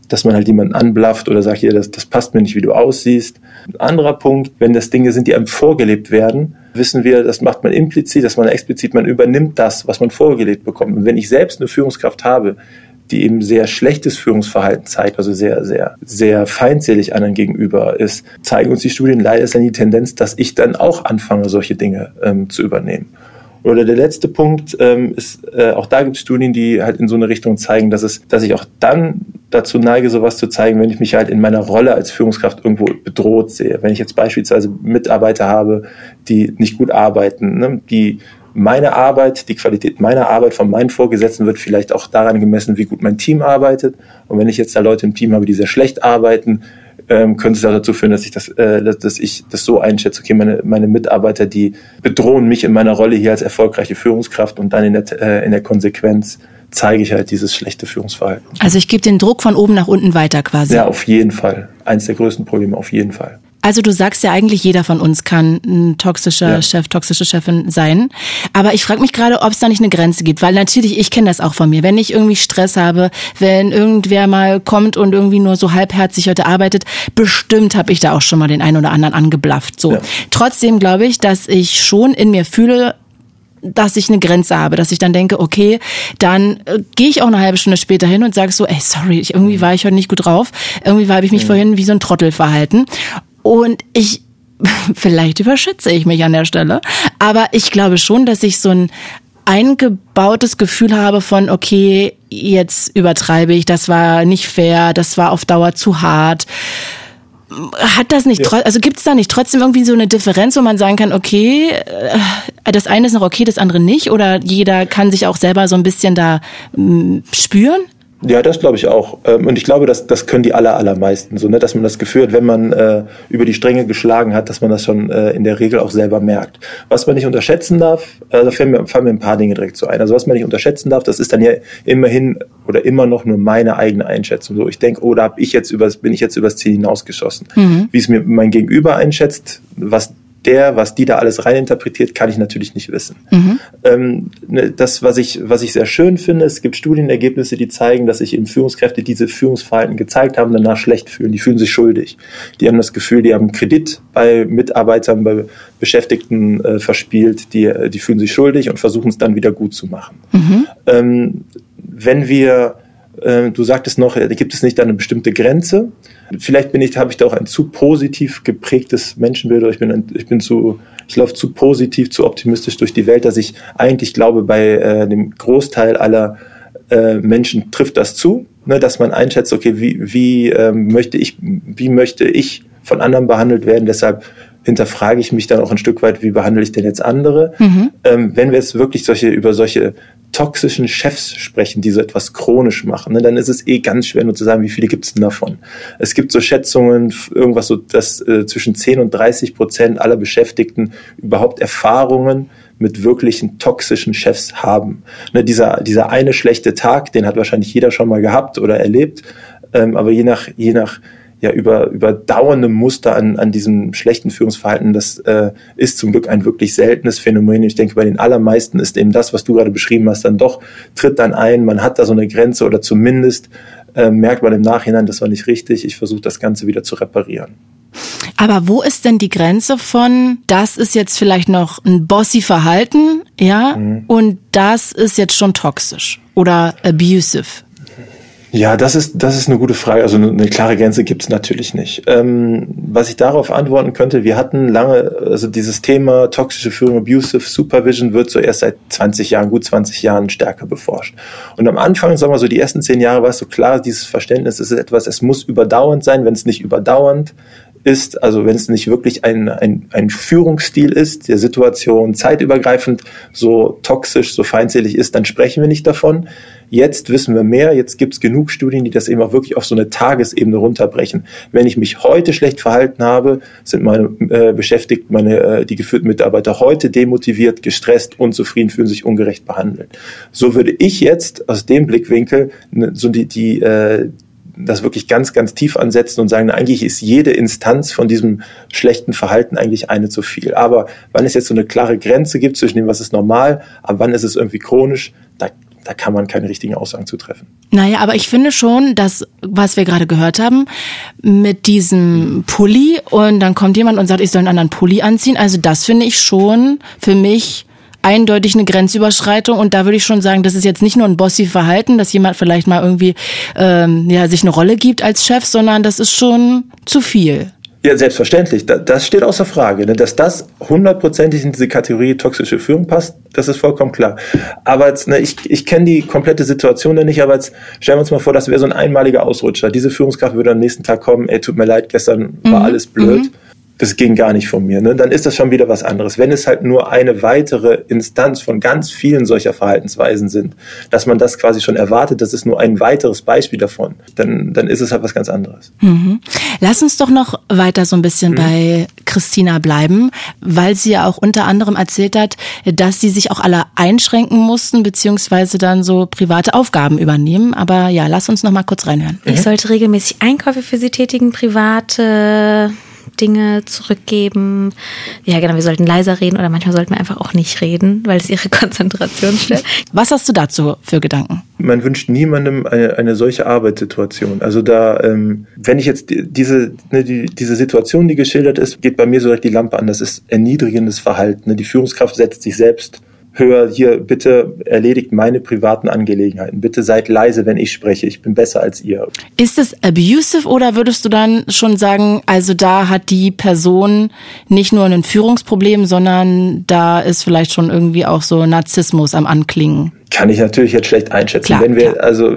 dass man halt jemanden anblafft oder sagt, ja, das passt mir nicht, wie du aussiehst. Ein anderer Punkt, wenn das Dinge sind, die einem vorgelebt werden, wissen wir, das macht man implizit, das macht man explizit, man übernimmt das, was man vorgelebt bekommt. Und wenn ich selbst eine Führungskraft habe, die eben sehr schlechtes Führungsverhalten zeigt, also sehr, sehr, sehr feindselig anderen gegenüber ist, zeigen uns die Studien, leider ist dann die Tendenz, dass ich dann auch anfange, solche Dinge zu übernehmen. Oder der letzte Punkt ist, auch da gibt es Studien, die halt in so eine Richtung zeigen, dass ich auch dann dazu neige, sowas zu zeigen, wenn ich mich halt in meiner Rolle als Führungskraft irgendwo bedroht sehe. Wenn ich jetzt beispielsweise Mitarbeiter habe, die nicht gut arbeiten, ne, die meine Arbeit, die Qualität meiner Arbeit von meinen Vorgesetzten wird vielleicht auch daran gemessen, wie gut mein Team arbeitet. Und wenn ich jetzt da Leute im Team habe, die sehr schlecht arbeiten, könnte es auch dazu führen, dass ich das so einschätze, okay, meine Mitarbeiter, die bedrohen mich in meiner Rolle hier als erfolgreiche Führungskraft und dann in der Konsequenz zeige ich halt dieses schlechte Führungsverhalten. Also ich gebe den Druck von oben nach unten weiter quasi. Ja, auf jeden Fall. Eins der größten Probleme, auf jeden Fall. Also du sagst ja eigentlich, jeder von uns kann ein toxischer Chef, toxische Chefin sein. Aber ich frage mich gerade, ob es da nicht eine Grenze gibt. Weil natürlich, ich kenne das auch von mir. Wenn ich irgendwie Stress habe, wenn irgendwer mal kommt und irgendwie nur so halbherzig heute arbeitet, bestimmt habe ich da auch schon mal den einen oder anderen angeblafft. So. Ja. Trotzdem glaube ich, dass ich schon in mir fühle, dass ich eine Grenze habe, dass ich dann denke, okay, dann gehe ich auch eine halbe Stunde später hin und sage so, ey, sorry, irgendwie war ich heute nicht gut drauf. Irgendwie habe ich mich vorhin wie so ein Trottel verhalten. Und vielleicht überschätze ich mich an der Stelle, aber ich glaube schon, dass ich so ein eingebautes Gefühl habe von, okay, jetzt übertreibe ich, das war nicht fair, das war auf Dauer zu hart. Hat das nicht, also gibt es da nicht trotzdem irgendwie so eine Differenz, wo man sagen kann, okay, das eine ist noch okay, das andere nicht, oder jeder kann sich auch selber so ein bisschen da spüren? Ja, das glaube ich auch. Und ich glaube, das können die allermeisten so, ne, dass man das Gefühl hat, wenn man über die Stränge geschlagen hat, dass man das schon in der Regel auch selber merkt. Was man nicht unterschätzen darf, da fallen mir ein paar Dinge direkt so ein. Also was man nicht unterschätzen darf, das ist dann ja immerhin oder immer noch nur meine eigene Einschätzung. So, ich denke, oh, bin ich jetzt übers Ziel hinausgeschossen. Wie es mir mein Gegenüber einschätzt, was die da alles reininterpretiert, kann ich natürlich nicht wissen. Das, was ich sehr schön finde, es gibt Studienergebnisse, die zeigen, dass sich eben Führungskräfte diese Führungsverhalten gezeigt haben, danach schlecht fühlen. Die fühlen sich schuldig. Die haben das Gefühl, die haben Kredit bei Mitarbeitern, bei Beschäftigten verspielt. Die fühlen sich schuldig und versuchen es dann wieder gut zu machen. Wenn wir du sagtest noch, gibt es nicht da eine bestimmte Grenze? Vielleicht habe ich da auch ein zu positiv geprägtes Menschenbild, oder ich laufe zu positiv, zu optimistisch durch die Welt, dass ich eigentlich glaube, bei dem Großteil aller Menschen trifft das zu, ne, dass man einschätzt, okay, wie möchte ich von anderen behandelt werden, deshalb hinterfrage ich mich dann auch ein Stück weit, wie behandle ich denn jetzt andere? Wenn wir jetzt wirklich über solche toxischen Chefs sprechen, die so etwas chronisch machen, ne, dann ist es ganz schwer nur zu sagen, wie viele gibt es denn davon. Es gibt so Schätzungen, irgendwas so, dass zwischen 10% und 30% aller Beschäftigten überhaupt Erfahrungen mit wirklichen toxischen Chefs haben. Ne, dieser eine schlechte Tag, den hat wahrscheinlich jeder schon mal gehabt oder erlebt, aber je nach überdauernde Muster an diesem schlechten Führungsverhalten, das ist zum Glück ein wirklich seltenes Phänomen. Ich denke, bei den allermeisten ist eben das, was du gerade beschrieben hast, dann doch, tritt dann ein, man hat da so eine Grenze oder zumindest merkt man im Nachhinein, das war nicht richtig, ich versuche das Ganze wieder zu reparieren. Aber wo ist denn die Grenze von, das ist jetzt vielleicht noch ein bossy Verhalten, ja, und das ist jetzt schon toxisch oder abusive? Ja, das ist eine gute Frage. Also eine klare Grenze gibt's natürlich nicht. Was ich darauf antworten könnte, wir hatten lange, also dieses Thema toxische Führung, Abusive Supervision wird so erst seit gut 20 Jahren stärker beforscht. Und am Anfang, sagen wir so, die ersten 10 Jahre war es so klar, dieses Verständnis ist etwas, es muss überdauernd sein. Wenn es nicht überdauernd ist, also wenn es nicht wirklich ein Führungsstil ist, der Situation zeitübergreifend so toxisch, so feindselig ist, dann sprechen wir nicht davon. Jetzt wissen wir mehr, jetzt gibt es genug Studien, die das eben auch wirklich auf so eine Tagesebene runterbrechen. Wenn ich mich heute schlecht verhalten habe, sind meine Beschäftigten, die geführten Mitarbeiter heute demotiviert, gestresst, unzufrieden, fühlen sich ungerecht behandelt. So würde ich jetzt aus dem Blickwinkel so das wirklich ganz, ganz tief ansetzen und sagen, eigentlich ist jede Instanz von diesem schlechten Verhalten eigentlich eine zu viel. Aber wann es jetzt so eine klare Grenze gibt zwischen dem, was ist normal, ab wann ist es irgendwie chronisch, da da kann man keine richtigen Aussagen zu treffen. Naja, aber ich finde schon, dass, was wir gerade gehört haben, mit diesem Pulli und dann kommt jemand und sagt, ich soll einen anderen Pulli anziehen, also das finde ich schon für mich eindeutig eine Grenzüberschreitung und da würde ich schon sagen, das ist jetzt nicht nur ein Bossy-Verhalten, dass jemand vielleicht mal irgendwie sich eine Rolle gibt als Chef, sondern das ist schon zu viel. Ja, selbstverständlich. Das steht außer Frage. Ne? Dass das 100%ig in diese Kategorie toxische Führung passt, das ist vollkommen klar. Aber jetzt, ne, ich kenne die komplette Situation da nicht, aber jetzt stellen wir uns mal vor, das wäre so ein einmaliger Ausrutscher. Diese Führungskraft würde am nächsten Tag kommen, tut mir leid, gestern war alles blöd. Das ging gar nicht von mir. Ne? Dann ist das schon wieder was anderes. Wenn es halt nur eine weitere Instanz von ganz vielen solcher Verhaltensweisen sind, dass man das quasi schon erwartet, das ist nur ein weiteres Beispiel davon, dann ist es halt was ganz anderes. Lass uns doch noch weiter so ein bisschen bei Christina bleiben, weil sie ja auch unter anderem erzählt hat, dass sie sich auch alle einschränken mussten, beziehungsweise dann so private Aufgaben übernehmen. Aber ja, lass uns noch mal kurz reinhören. Ich sollte regelmäßig Einkäufe für sie tätigen, private Dinge zurückgeben. Ja, genau, wir sollten leiser reden oder manchmal sollten wir einfach auch nicht reden, weil es ihre Konzentration stört. Was hast du dazu für Gedanken? Man wünscht niemandem eine solche Arbeitssituation. Also da, wenn ich jetzt diese Situation, die geschildert ist, geht bei mir so direkt die Lampe an. Das ist erniedrigendes Verhalten. Die Führungskraft setzt sich selbst höher, hier, bitte erledigt meine privaten Angelegenheiten. Bitte seid leise, wenn ich spreche. Ich bin besser als ihr. Ist es abusive oder würdest du dann schon sagen, also da hat die Person nicht nur ein Führungsproblem, sondern da ist vielleicht schon irgendwie auch so Narzissmus am Anklingen? Kann ich natürlich jetzt schlecht einschätzen. Klar, wenn wir, also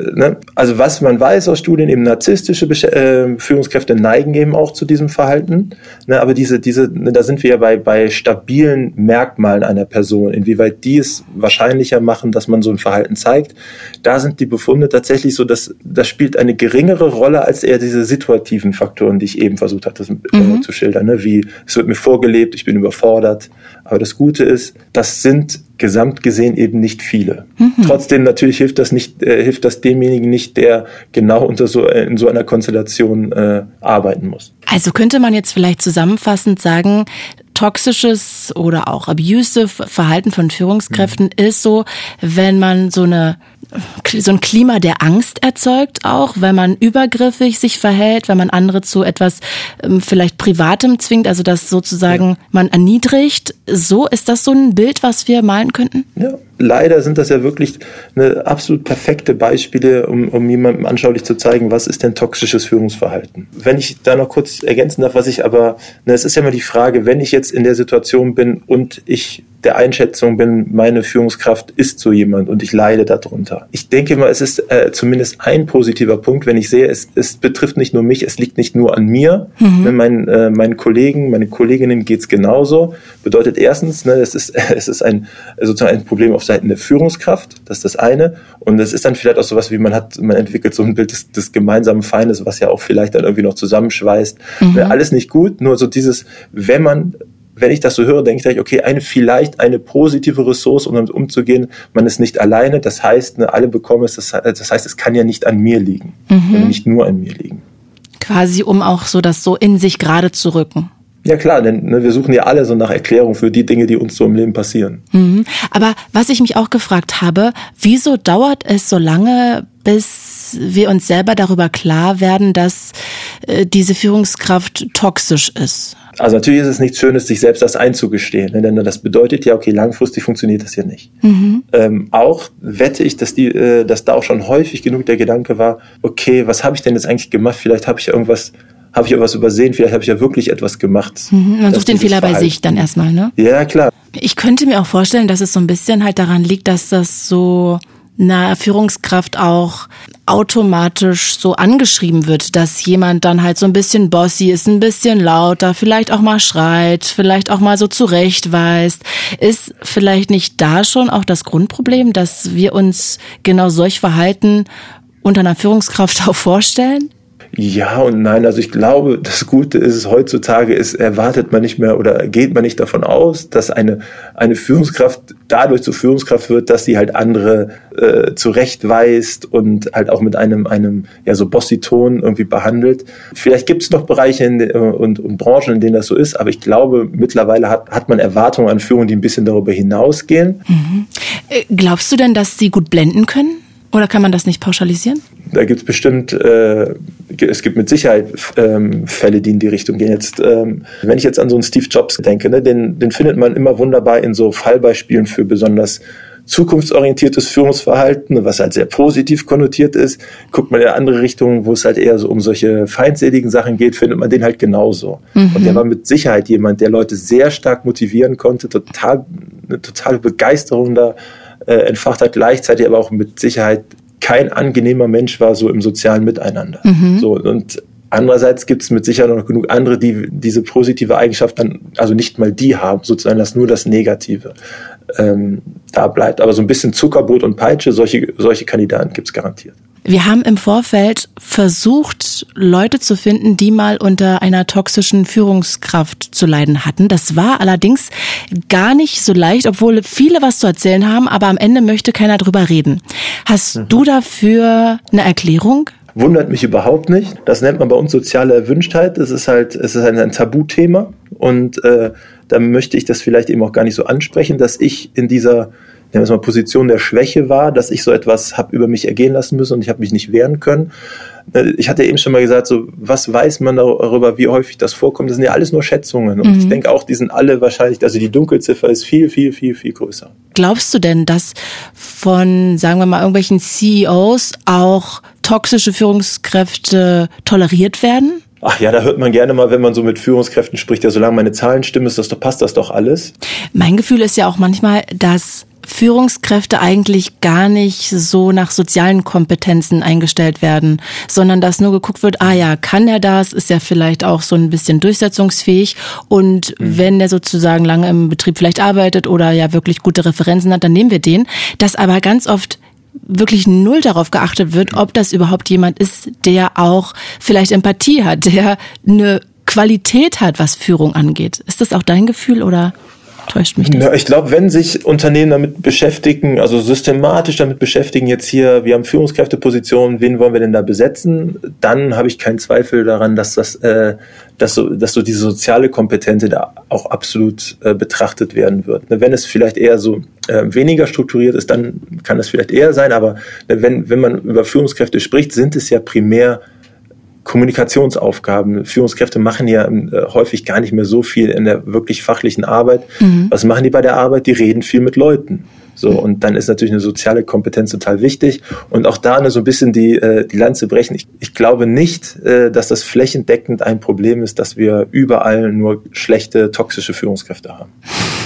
was man weiß aus Studien, eben narzisstische Führungskräfte neigen eben auch zu diesem Verhalten. Ne, aber da sind wir ja bei stabilen Merkmalen einer Person, inwieweit die es wahrscheinlicher machen, dass man so ein Verhalten zeigt. Da sind die Befunde tatsächlich so, dass das spielt eine geringere Rolle als eher diese situativen Faktoren, die ich eben versucht hatte zu schildern. Ne, wie es wird mir vorgelebt, ich bin überfordert. Aber das Gute ist, das sind gesamt gesehen eben nicht viele. Trotzdem natürlich hilft das demjenigen nicht, der genau in so einer Konstellation arbeiten muss. Also könnte man jetzt vielleicht zusammenfassend sagen, toxisches oder auch abusive Verhalten von Führungskräften ist so, wenn man so ein Klima der Angst erzeugt auch, wenn man übergriffig sich verhält, wenn man andere zu etwas vielleicht Privatem zwingt, also das sozusagen man erniedrigt. So, ist das so ein Bild, was wir malen könnten? Ja, leider sind das ja wirklich absolut perfekte Beispiele, um jemandem anschaulich zu zeigen, was ist denn toxisches Führungsverhalten. Wenn ich da noch kurz ergänzen darf, es ist ja immer die Frage, wenn ich jetzt in der Situation bin und ich der Einschätzung bin, meine Führungskraft ist so jemand und ich leide darunter. Ich denke mal, es ist zumindest ein positiver Punkt, wenn ich sehe, es betrifft nicht nur mich, es liegt nicht nur an mir. Meinen Kollegen, meine Kolleginnen geht's genauso. Bedeutet erstens, es ist sozusagen ein Problem auf Seiten der Führungskraft, das ist das eine. Und es ist dann vielleicht auch sowas wie, man entwickelt so ein Bild des gemeinsamen Feindes, was ja auch vielleicht dann irgendwie noch zusammenschweißt. Alles nicht gut, nur so dieses, wenn ich das so höre, denke ich gleich, okay, vielleicht eine positive Ressource, um damit umzugehen. Man ist nicht alleine, das heißt, alle bekommen es, das heißt, es kann ja nicht an mir liegen, nicht nur an mir liegen. Quasi, um auch so das so in sich gerade zu rücken. Ja klar, denn wir suchen ja alle so nach Erklärung für die Dinge, die uns so im Leben passieren. Aber was ich mich auch gefragt habe, wieso dauert es so lange, bis wir uns selber darüber klar werden, dass diese Führungskraft toxisch ist? Also natürlich ist es nichts Schönes, sich selbst das einzugestehen, denn das bedeutet ja, okay, langfristig funktioniert das ja nicht. Auch wette ich, dass da auch schon häufig genug der Gedanke war, okay, was habe ich denn jetzt eigentlich gemacht? Vielleicht habe ich irgendwas übersehen, vielleicht habe ich ja wirklich etwas gemacht. Man sucht den Fehler bei sich dann erstmal, ne? Ja, klar. Ich könnte mir auch vorstellen, dass es so ein bisschen halt daran liegt, dass das so einer Führungskraft auch automatisch so angeschrieben wird, dass jemand dann halt so ein bisschen bossy ist, ein bisschen lauter, vielleicht auch mal schreit, vielleicht auch mal so zurechtweist. Ist vielleicht nicht da schon auch das Grundproblem, dass wir uns genau solch Verhalten unter einer Führungskraft auch vorstellen? Ja und nein, also ich glaube, das Gute ist, heutzutage erwartet man nicht mehr oder geht man nicht davon aus, dass eine Führungskraft dadurch zur Führungskraft wird, dass sie halt andere zurechtweist und halt auch mit einem so Bossy-Ton irgendwie behandelt. Vielleicht gibt es noch Bereiche und Branchen, in denen das so ist, aber ich glaube, mittlerweile hat man Erwartungen an Führung, die ein bisschen darüber hinausgehen. Glaubst du denn, dass sie gut blenden können? Oder kann man das nicht pauschalisieren? Da gibt es bestimmt, es gibt mit Sicherheit Fälle, die in die Richtung gehen. Jetzt, wenn ich jetzt an so einen Steve Jobs denke, ne, den findet man immer wunderbar in so Fallbeispielen für besonders zukunftsorientiertes Führungsverhalten, was halt sehr positiv konnotiert ist. Guckt man in andere Richtungen, wo es halt eher so um solche feindseligen Sachen geht, findet man den halt genauso. Und der war mit Sicherheit jemand, der Leute sehr stark motivieren konnte, eine totale Begeisterung da entfacht hat, gleichzeitig aber auch mit Sicherheit kein angenehmer Mensch war, so im sozialen Miteinander. So, und andererseits gibt es mit Sicherheit noch genug andere, die diese positive Eigenschaft dann, also nicht mal die haben, sozusagen, dass nur das Negative da bleibt. Aber so ein bisschen Zuckerbrot und Peitsche, solche Kandidaten gibt es garantiert. Wir haben im Vorfeld versucht, Leute zu finden, die mal unter einer toxischen Führungskraft zu leiden hatten. Das war allerdings gar nicht so leicht, obwohl viele was zu erzählen haben, aber am Ende möchte keiner drüber reden. Hast du dafür eine Erklärung? Wundert mich überhaupt nicht. Das nennt man bei uns soziale Erwünschtheit. Es ist ein Tabuthema und da möchte ich das vielleicht eben auch gar nicht so ansprechen, dass ich in dieser Position der Schwäche war, dass ich so etwas habe über mich ergehen lassen müssen und ich habe mich nicht wehren können. Ich hatte eben schon mal gesagt, so was weiß man darüber, wie häufig das vorkommt. Das sind ja alles nur Schätzungen. Und ich denke auch, die sind alle wahrscheinlich, also die Dunkelziffer ist viel, viel, viel, viel größer. Glaubst du denn, dass von, sagen wir mal, irgendwelchen CEOs auch toxische Führungskräfte toleriert werden? Ach ja, da hört man gerne mal, wenn man so mit Führungskräften spricht, ja, solange meine Zahlen stimmen, passt das doch alles. Mein Gefühl ist ja auch manchmal, dass Führungskräfte eigentlich gar nicht so nach sozialen Kompetenzen eingestellt werden, sondern dass nur geguckt wird, kann er das, ist er vielleicht auch so ein bisschen durchsetzungsfähig und wenn der sozusagen lange im Betrieb vielleicht arbeitet oder ja wirklich gute Referenzen hat, dann nehmen wir den, dass aber ganz oft wirklich null darauf geachtet wird, ob das überhaupt jemand ist, der auch vielleicht Empathie hat, der eine Qualität hat, was Führung angeht. Ist das auch dein Gefühl oder täuscht mich das? Ja, ich glaube, wenn sich Unternehmen damit beschäftigen, also systematisch damit beschäftigen, jetzt hier, wir haben Führungskräftepositionen, wen wollen wir denn da besetzen, dann habe ich keinen Zweifel daran, dass so diese soziale Kompetenz da auch absolut betrachtet werden wird. Wenn es vielleicht eher so weniger strukturiert ist, dann kann das vielleicht eher sein, aber wenn man über Führungskräfte spricht, sind es ja primär Kommunikationsaufgaben. Führungskräfte machen ja häufig gar nicht mehr so viel in der wirklich fachlichen Arbeit. Was machen die bei der Arbeit? Die reden viel mit Leuten. So, und dann ist natürlich eine soziale Kompetenz total wichtig. Und auch da so ein bisschen die Lanze brechen. Ich glaube nicht, dass das flächendeckend ein Problem ist, dass wir überall nur schlechte, toxische Führungskräfte haben.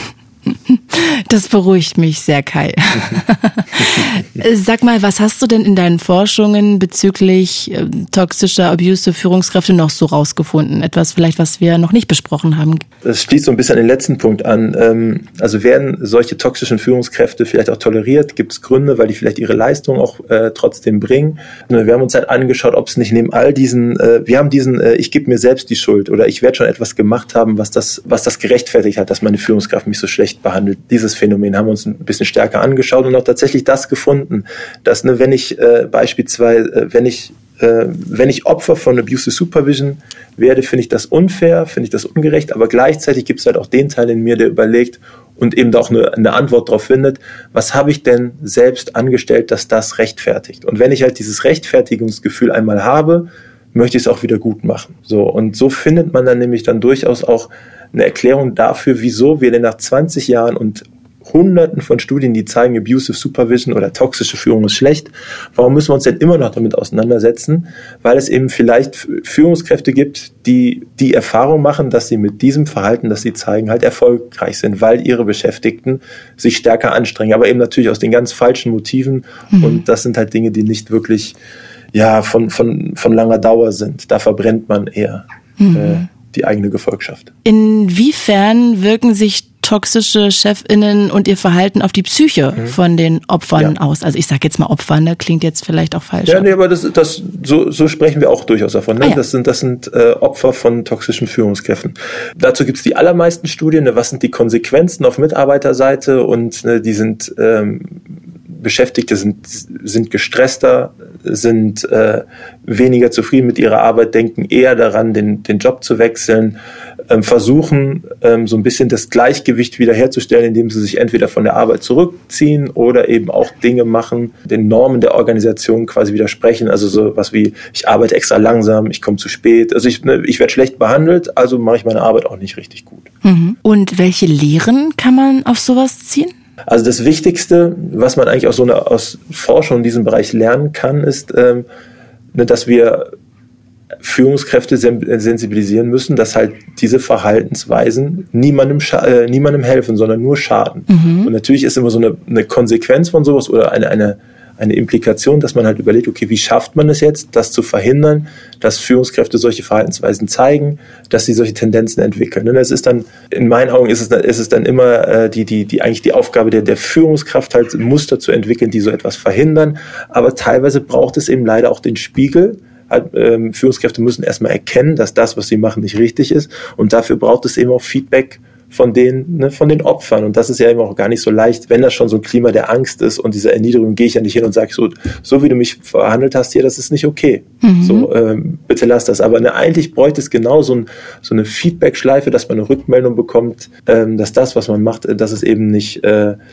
Das beruhigt mich sehr, Kai. Sag mal, was hast du denn in deinen Forschungen bezüglich toxischer, abusive Führungskräfte noch so rausgefunden? Etwas vielleicht, was wir noch nicht besprochen haben? Das schließt so ein bisschen an den letzten Punkt an. Also werden solche toxischen Führungskräfte vielleicht auch toleriert? Gibt es Gründe, weil die vielleicht ihre Leistung auch trotzdem bringen? Wir haben uns halt angeschaut, ob es nicht neben all diesen, ich gebe mir selbst die Schuld oder ich werde schon etwas gemacht haben, was das gerechtfertigt hat, dass meine Führungskraft mich so schlecht behandelt. Dieses Phänomen haben wir uns ein bisschen stärker angeschaut und auch tatsächlich das gefunden, dass wenn ich beispielsweise, wenn ich Opfer von Abusive Supervision werde, finde ich das unfair, finde ich das ungerecht, aber gleichzeitig gibt es halt auch den Teil in mir, der überlegt und eben auch eine Antwort darauf findet, was habe ich denn selbst angestellt, dass das rechtfertigt? Und wenn ich halt dieses Rechtfertigungsgefühl einmal habe, möchte ich es auch wieder gut machen. So, und so findet man dann nämlich dann durchaus auch eine Erklärung dafür, wieso wir denn nach 20 Jahren und Hunderten von Studien, die zeigen, Abusive Supervision oder toxische Führung ist schlecht. Warum müssen wir uns denn immer noch damit auseinandersetzen? Weil es eben vielleicht Führungskräfte gibt, die Erfahrung machen, dass sie mit diesem Verhalten, das sie zeigen, halt erfolgreich sind, weil ihre Beschäftigten sich stärker anstrengen. Aber eben natürlich aus den ganz falschen Motiven. Und das sind halt Dinge, die nicht wirklich von langer Dauer sind. Da verbrennt man eher die eigene Gefolgschaft. Inwiefern wirken sich toxische ChefInnen und ihr Verhalten auf die Psyche von den Opfern aus? Also ich sage jetzt mal Opfer, ne? Klingt jetzt vielleicht auch falsch. Ja, nee, aber so sprechen wir auch durchaus davon. Ne? Das sind Opfer von toxischen Führungskräften. Dazu gibt es die allermeisten Studien, ne? Was sind die Konsequenzen auf Mitarbeiterseite und die sind Beschäftigte sind gestresster, sind weniger zufrieden mit ihrer Arbeit, denken eher daran, den Job zu wechseln. versuchen, so ein bisschen das Gleichgewicht wiederherzustellen, indem sie sich entweder von der Arbeit zurückziehen oder eben auch Dinge machen, den Normen der Organisation quasi widersprechen. Also so was wie, ich arbeite extra langsam, ich komme zu spät, also ich werde schlecht behandelt, also mache ich meine Arbeit auch nicht richtig gut. Und welche Lehren kann man auf sowas ziehen? Also das Wichtigste, was man eigentlich aus Forschung in diesem Bereich lernen kann, ist, dass wir Führungskräfte sensibilisieren müssen, dass halt diese Verhaltensweisen niemandem helfen, sondern nur schaden. Und natürlich ist immer so eine Konsequenz von sowas oder eine Implikation, dass man halt überlegt, okay, wie schafft man es jetzt, das zu verhindern, dass Führungskräfte solche Verhaltensweisen zeigen, dass sie solche Tendenzen entwickeln. Und es ist dann, in meinen Augen ist es dann immer eigentlich die Aufgabe der Führungskraft, halt Muster zu entwickeln, die so etwas verhindern. Aber teilweise braucht es eben leider auch den Spiegel. Führungskräfte müssen erstmal erkennen, dass das, was sie machen, nicht richtig ist. Und dafür braucht es eben auch Feedback von den Opfern. Und das ist ja eben auch gar nicht so leicht, wenn das schon so ein Klima der Angst ist und dieser Erniedrigung, gehe ich ja nicht hin und sage, so wie du mich verhandelt hast hier, das ist nicht okay. So, bitte lass das. Aber eigentlich bräuchte es genau so eine Feedback-Schleife, dass man eine Rückmeldung bekommt, dass das, was man macht, dass es eben nicht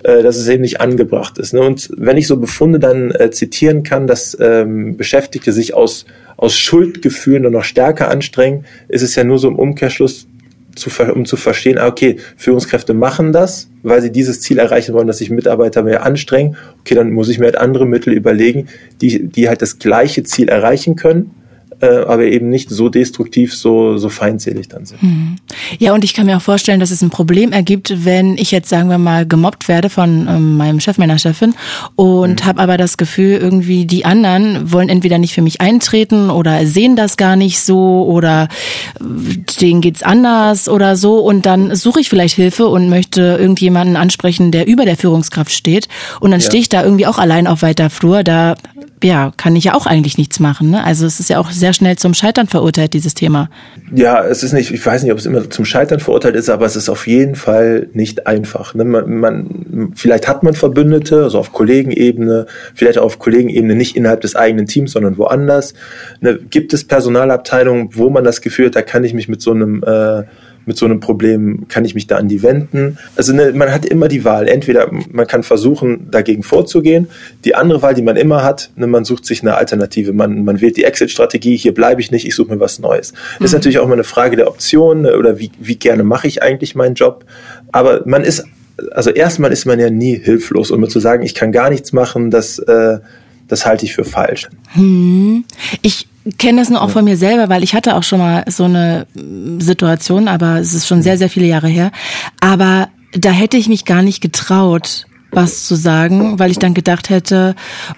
angebracht ist. Ne? Und wenn ich so Befunde dann zitieren kann, dass Beschäftigte sich aus Schuldgefühlen nur noch stärker anstrengen, ist es ja nur so im Umkehrschluss, um zu verstehen, okay, Führungskräfte machen das, weil sie dieses Ziel erreichen wollen, dass sich Mitarbeiter mehr anstrengen. Okay, dann muss ich mir halt andere Mittel überlegen, die halt das gleiche Ziel erreichen können, aber eben nicht so destruktiv, so feindselig dann sind. Ja, und ich kann mir auch vorstellen, dass es ein Problem ergibt, wenn ich jetzt, sagen wir mal, gemobbt werde von meinem Chef, meiner Chefin und habe aber das Gefühl, irgendwie die anderen wollen entweder nicht für mich eintreten oder sehen das gar nicht so oder denen geht's anders oder so und dann suche ich vielleicht Hilfe und möchte irgendjemanden ansprechen, der über der Führungskraft steht und dann stehe ich da irgendwie auch allein auf weiter Flur, da kann ich ja auch eigentlich nichts machen. Ne? Also es ist ja auch sehr schnell zum Scheitern verurteilt, dieses Thema. Ja, ich weiß nicht, ob es immer zum Scheitern verurteilt ist, aber es ist auf jeden Fall nicht einfach. Ne? Vielleicht hat man Verbündete, also auf Kollegenebene, vielleicht auch auf Kollegenebene nicht innerhalb des eigenen Teams, sondern woanders. Ne? Gibt es Personalabteilungen, wo man das Gefühl hat, da kann ich mich mit so einem Problem, kann ich mich da an die wenden? Also man hat immer die Wahl. Entweder man kann versuchen, dagegen vorzugehen. Die andere Wahl, die man immer hat, man sucht sich eine Alternative. Man wählt die Exit-Strategie, hier bleibe ich nicht, ich suche mir was Neues. Das ist natürlich auch immer eine Frage der Option oder wie gerne mache ich eigentlich meinen Job. Aber erstmal ist man ja nie hilflos. Und zu sagen, ich kann gar nichts machen, das halte ich für falsch. Ich kenne das nur auch von mir selber, weil ich hatte auch schon mal so eine Situation, aber es ist schon sehr, sehr viele Jahre her. Aber da hätte ich mich gar nicht getraut, was zu sagen, weil ich dann gedacht hätte,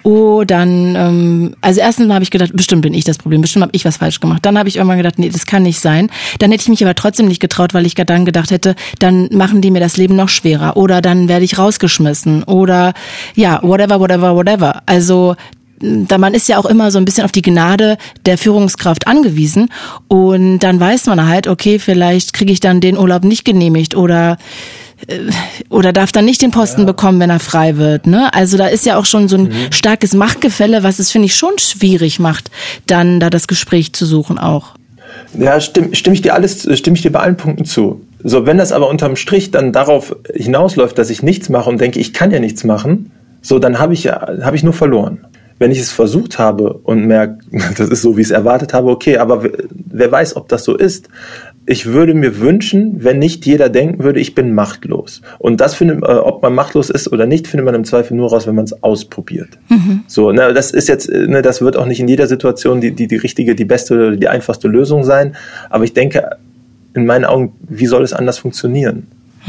also erstens mal habe ich gedacht, bestimmt bin ich das Problem, bestimmt habe ich was falsch gemacht. Dann habe ich irgendwann gedacht, nee, das kann nicht sein. Dann hätte ich mich aber trotzdem nicht getraut, weil ich dann gedacht hätte, dann machen die mir das Leben noch schwerer oder dann werde ich rausgeschmissen oder whatever. Also man ist ja auch immer so ein bisschen auf die Gnade der Führungskraft angewiesen und dann weiß man halt, okay, vielleicht kriege ich dann den Urlaub nicht genehmigt oder darf dann nicht den Posten bekommen, wenn er frei wird. Ne? Also da ist ja auch schon so ein starkes Machtgefälle, was es, finde ich, schon schwierig macht, dann da das Gespräch zu suchen auch. Ja, stimme ich dir bei allen Punkten zu. So, wenn das aber unterm Strich dann darauf hinausläuft, dass ich nichts mache und denke, ich kann ja nichts machen, so, dann habe ich nur verloren. Wenn ich es versucht habe und merke, das ist so, wie ich es erwartet habe, okay, aber wer weiß, ob das so ist. Ich würde mir wünschen, wenn nicht jeder denken würde, ich bin machtlos. Und das ob man machtlos ist oder nicht, findet man im Zweifel nur raus, wenn man es ausprobiert. So, das ist jetzt, das wird auch nicht in jeder Situation die richtige, die beste oder die einfachste Lösung sein. Aber ich denke, in meinen Augen, wie soll es anders funktionieren?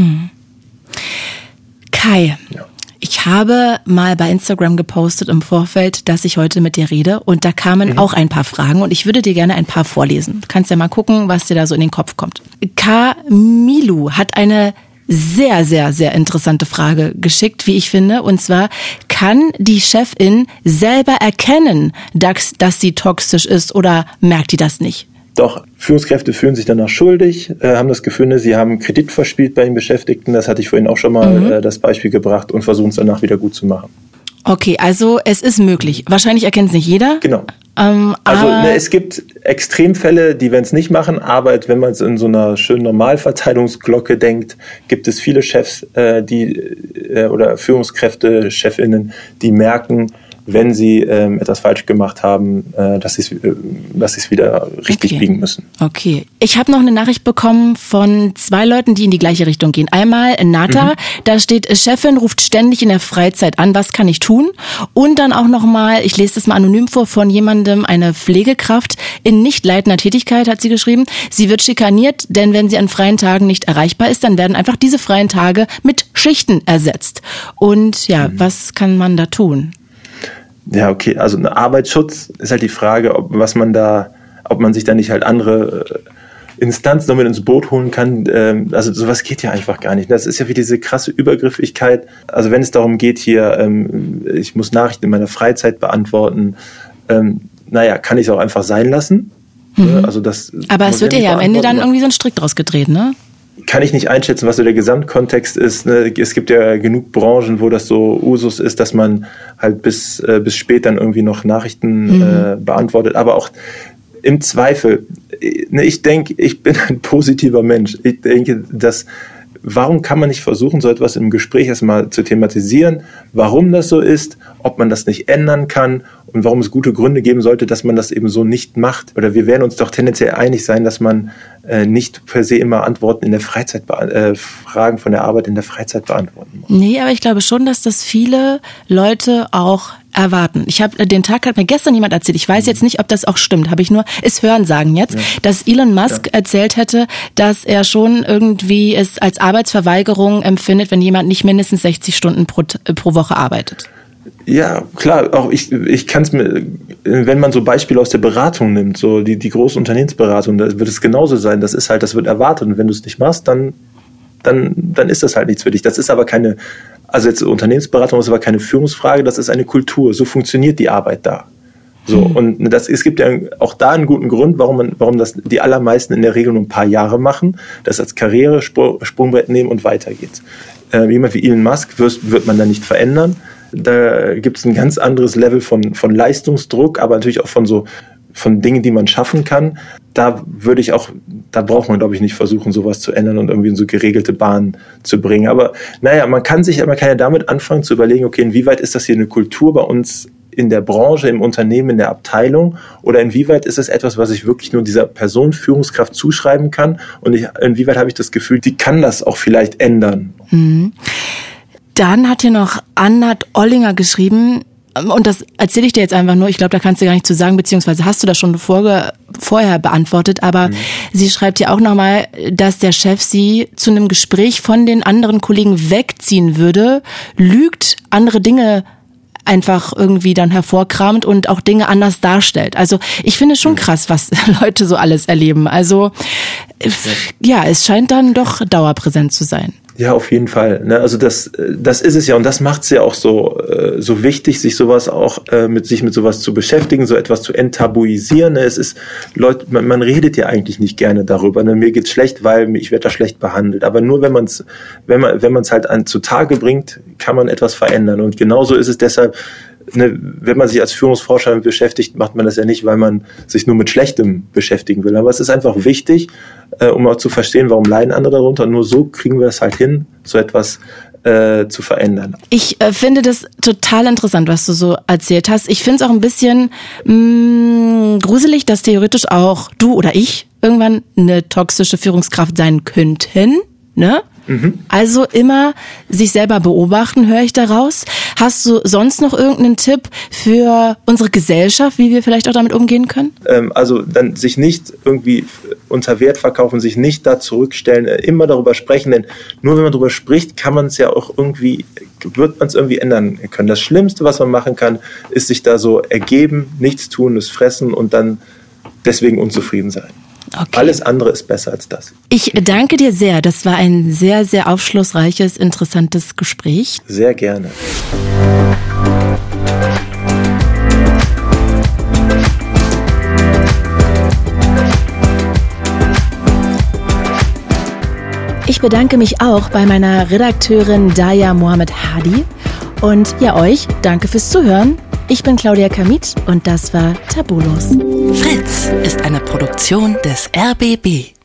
Kai. Ja. Ich habe mal bei Instagram gepostet im Vorfeld, dass ich heute mit dir rede und da kamen auch ein paar Fragen und ich würde dir gerne ein paar vorlesen. Du kannst ja mal gucken, was dir da so in den Kopf kommt. Kamilu hat eine sehr, sehr, sehr interessante Frage geschickt, wie ich finde, und zwar, kann die Chefin selber erkennen, dass sie toxisch ist oder merkt die das nicht? Doch, Führungskräfte fühlen sich danach schuldig, haben das Gefühl, sie haben Kredit verspielt bei den Beschäftigten. Das hatte ich vorhin auch schon mal das Beispiel gebracht und versuchen es danach wieder gut zu machen. Okay, also es ist möglich. Wahrscheinlich erkennt es nicht jeder. Genau. Es gibt Extremfälle, die werden es nicht machen, aber wenn man es in so einer schönen Normalverteilungsglocke denkt, gibt es viele Chefs, oder Führungskräfte, Chefinnen, die merken, wenn sie etwas falsch gemacht haben, dass sie es wieder richtig biegen müssen. Okay. Ich habe noch eine Nachricht bekommen von 2 Leuten, die in die gleiche Richtung gehen. Einmal Nata, da steht, Chefin ruft ständig in der Freizeit an, was kann ich tun? Und dann auch nochmal, ich lese das mal anonym vor, von jemandem, eine Pflegekraft in nicht leitender Tätigkeit, hat sie geschrieben. Sie wird schikaniert, denn wenn sie an freien Tagen nicht erreichbar ist, dann werden einfach diese freien Tage mit Schichten ersetzt. Und was kann man da tun? Ja, okay, also ein Arbeitsschutz ist halt die Frage, ob man sich da nicht halt andere Instanzen noch mit ins Boot holen kann. Also sowas geht ja einfach gar nicht. Das ist ja wie diese krasse Übergriffigkeit. Also wenn es darum geht hier, ich muss Nachrichten in meiner Freizeit beantworten, kann ich es auch einfach sein lassen. Also aber es wird ja am Ende dann irgendwie so ein Strick draus gedreht, ne? Kann ich nicht einschätzen, was so der Gesamtkontext ist. Es gibt ja genug Branchen, wo das so Usus ist, dass man halt bis spät dann irgendwie noch Nachrichten beantwortet. Aber auch im Zweifel, ich denke, ich bin ein positiver Mensch. Ich denke, warum kann man nicht versuchen, so etwas im Gespräch erstmal zu thematisieren, warum das so ist, ob man das nicht ändern kann und warum es gute Gründe geben sollte, dass man das eben so nicht macht. Oder wir werden uns doch tendenziell einig sein, dass man nicht per se immer Antworten in der Freizeit, Fragen von der Arbeit in der Freizeit beantworten muss. Nee, aber ich glaube schon, dass das viele Leute auch erwarten. Hat mir gestern jemand erzählt, ich weiß jetzt nicht, ob das auch stimmt, ist Hörensagen jetzt, dass Elon Musk erzählt hätte, dass er schon irgendwie es als Arbeitsverweigerung empfindet, wenn jemand nicht mindestens 60 Stunden pro Woche arbeitet. Ja, klar, auch ich kann es mir, wenn man so Beispiele aus der Beratung nimmt, so die große Unternehmensberatung, da wird es genauso sein, das wird erwartet und wenn du es nicht machst, dann ist das halt nichts für dich. Das ist aber jetzt Unternehmensberatung ist aber keine Führungsfrage, das ist eine Kultur, so funktioniert die Arbeit da. So, und es gibt ja auch da einen guten Grund, warum das die allermeisten in der Regel nur ein paar Jahre machen, das als Karriere-Sprungbrett nehmen und weiter geht's. Jemand wie Elon Musk wird man da nicht verändern. Da gibt es ein ganz anderes Level von Leistungsdruck, aber natürlich auch von Dingen, die man schaffen kann. Da braucht man, glaube ich, nicht versuchen, sowas zu ändern und irgendwie in so geregelte Bahnen zu bringen. Aber man kann ja damit anfangen zu überlegen, okay, inwieweit ist das hier eine Kultur bei uns in der Branche, im Unternehmen, in der Abteilung, oder inwieweit ist es etwas, was ich wirklich nur dieser Person, Führungskraft zuschreiben kann und inwieweit habe ich das Gefühl, die kann das auch vielleicht ändern. Dann hat hier noch Annat Ollinger geschrieben, und das erzähle ich dir jetzt einfach nur, ich glaube, da kannst du gar nicht zu sagen, beziehungsweise hast du das schon vorher beantwortet, aber sie schreibt hier auch nochmal, dass der Chef sie zu einem Gespräch von den anderen Kollegen wegziehen würde, lügt, andere Dinge einfach irgendwie dann hervorkramt und auch Dinge anders darstellt. Also ich finde es schon krass, was Leute so alles erleben. Also es scheint dann doch dauerpräsent zu sein. Ja, auf jeden Fall. Also das ist es ja und das macht es ja auch so wichtig, sich sowas auch mit sowas zu beschäftigen, so etwas zu enttabuisieren. Es ist man redet ja eigentlich nicht gerne darüber. Mir geht's schlecht, weil ich werde da schlecht behandelt. Aber nur wenn man es halt zutage bringt, kann man etwas verändern. Und genauso ist es deshalb. Wenn man sich als Führungsforscher beschäftigt, macht man das ja nicht, weil man sich nur mit Schlechtem beschäftigen will. Aber es ist einfach wichtig, um auch zu verstehen, warum leiden andere darunter. Und nur so kriegen wir es halt hin, so etwas zu verändern. Ich finde das total interessant, was du so erzählt hast. Ich finde es auch ein bisschen gruselig, dass theoretisch auch du oder ich irgendwann eine toxische Führungskraft sein könnten, ne? Also immer sich selber beobachten, höre ich daraus. Hast du sonst noch irgendeinen Tipp für unsere Gesellschaft, wie wir vielleicht auch damit umgehen können? Also dann sich nicht irgendwie unter Wert verkaufen, sich nicht da zurückstellen, immer darüber sprechen, denn nur wenn man darüber spricht, wird man es irgendwie ändern können. Das Schlimmste, was man machen kann, ist sich da so ergeben, nichts tun, es fressen und dann deswegen unzufrieden sein. Okay. Alles andere ist besser als das. Ich danke dir sehr. Das war ein sehr, sehr aufschlussreiches, interessantes Gespräch. Sehr gerne. Ich bedanke mich auch bei meiner Redakteurin Daya Mohamed Hadi. Und ja, euch danke fürs Zuhören. Ich bin Claudia Kamit und das war Tabulos. Fritz ist eine Produktion des RBB.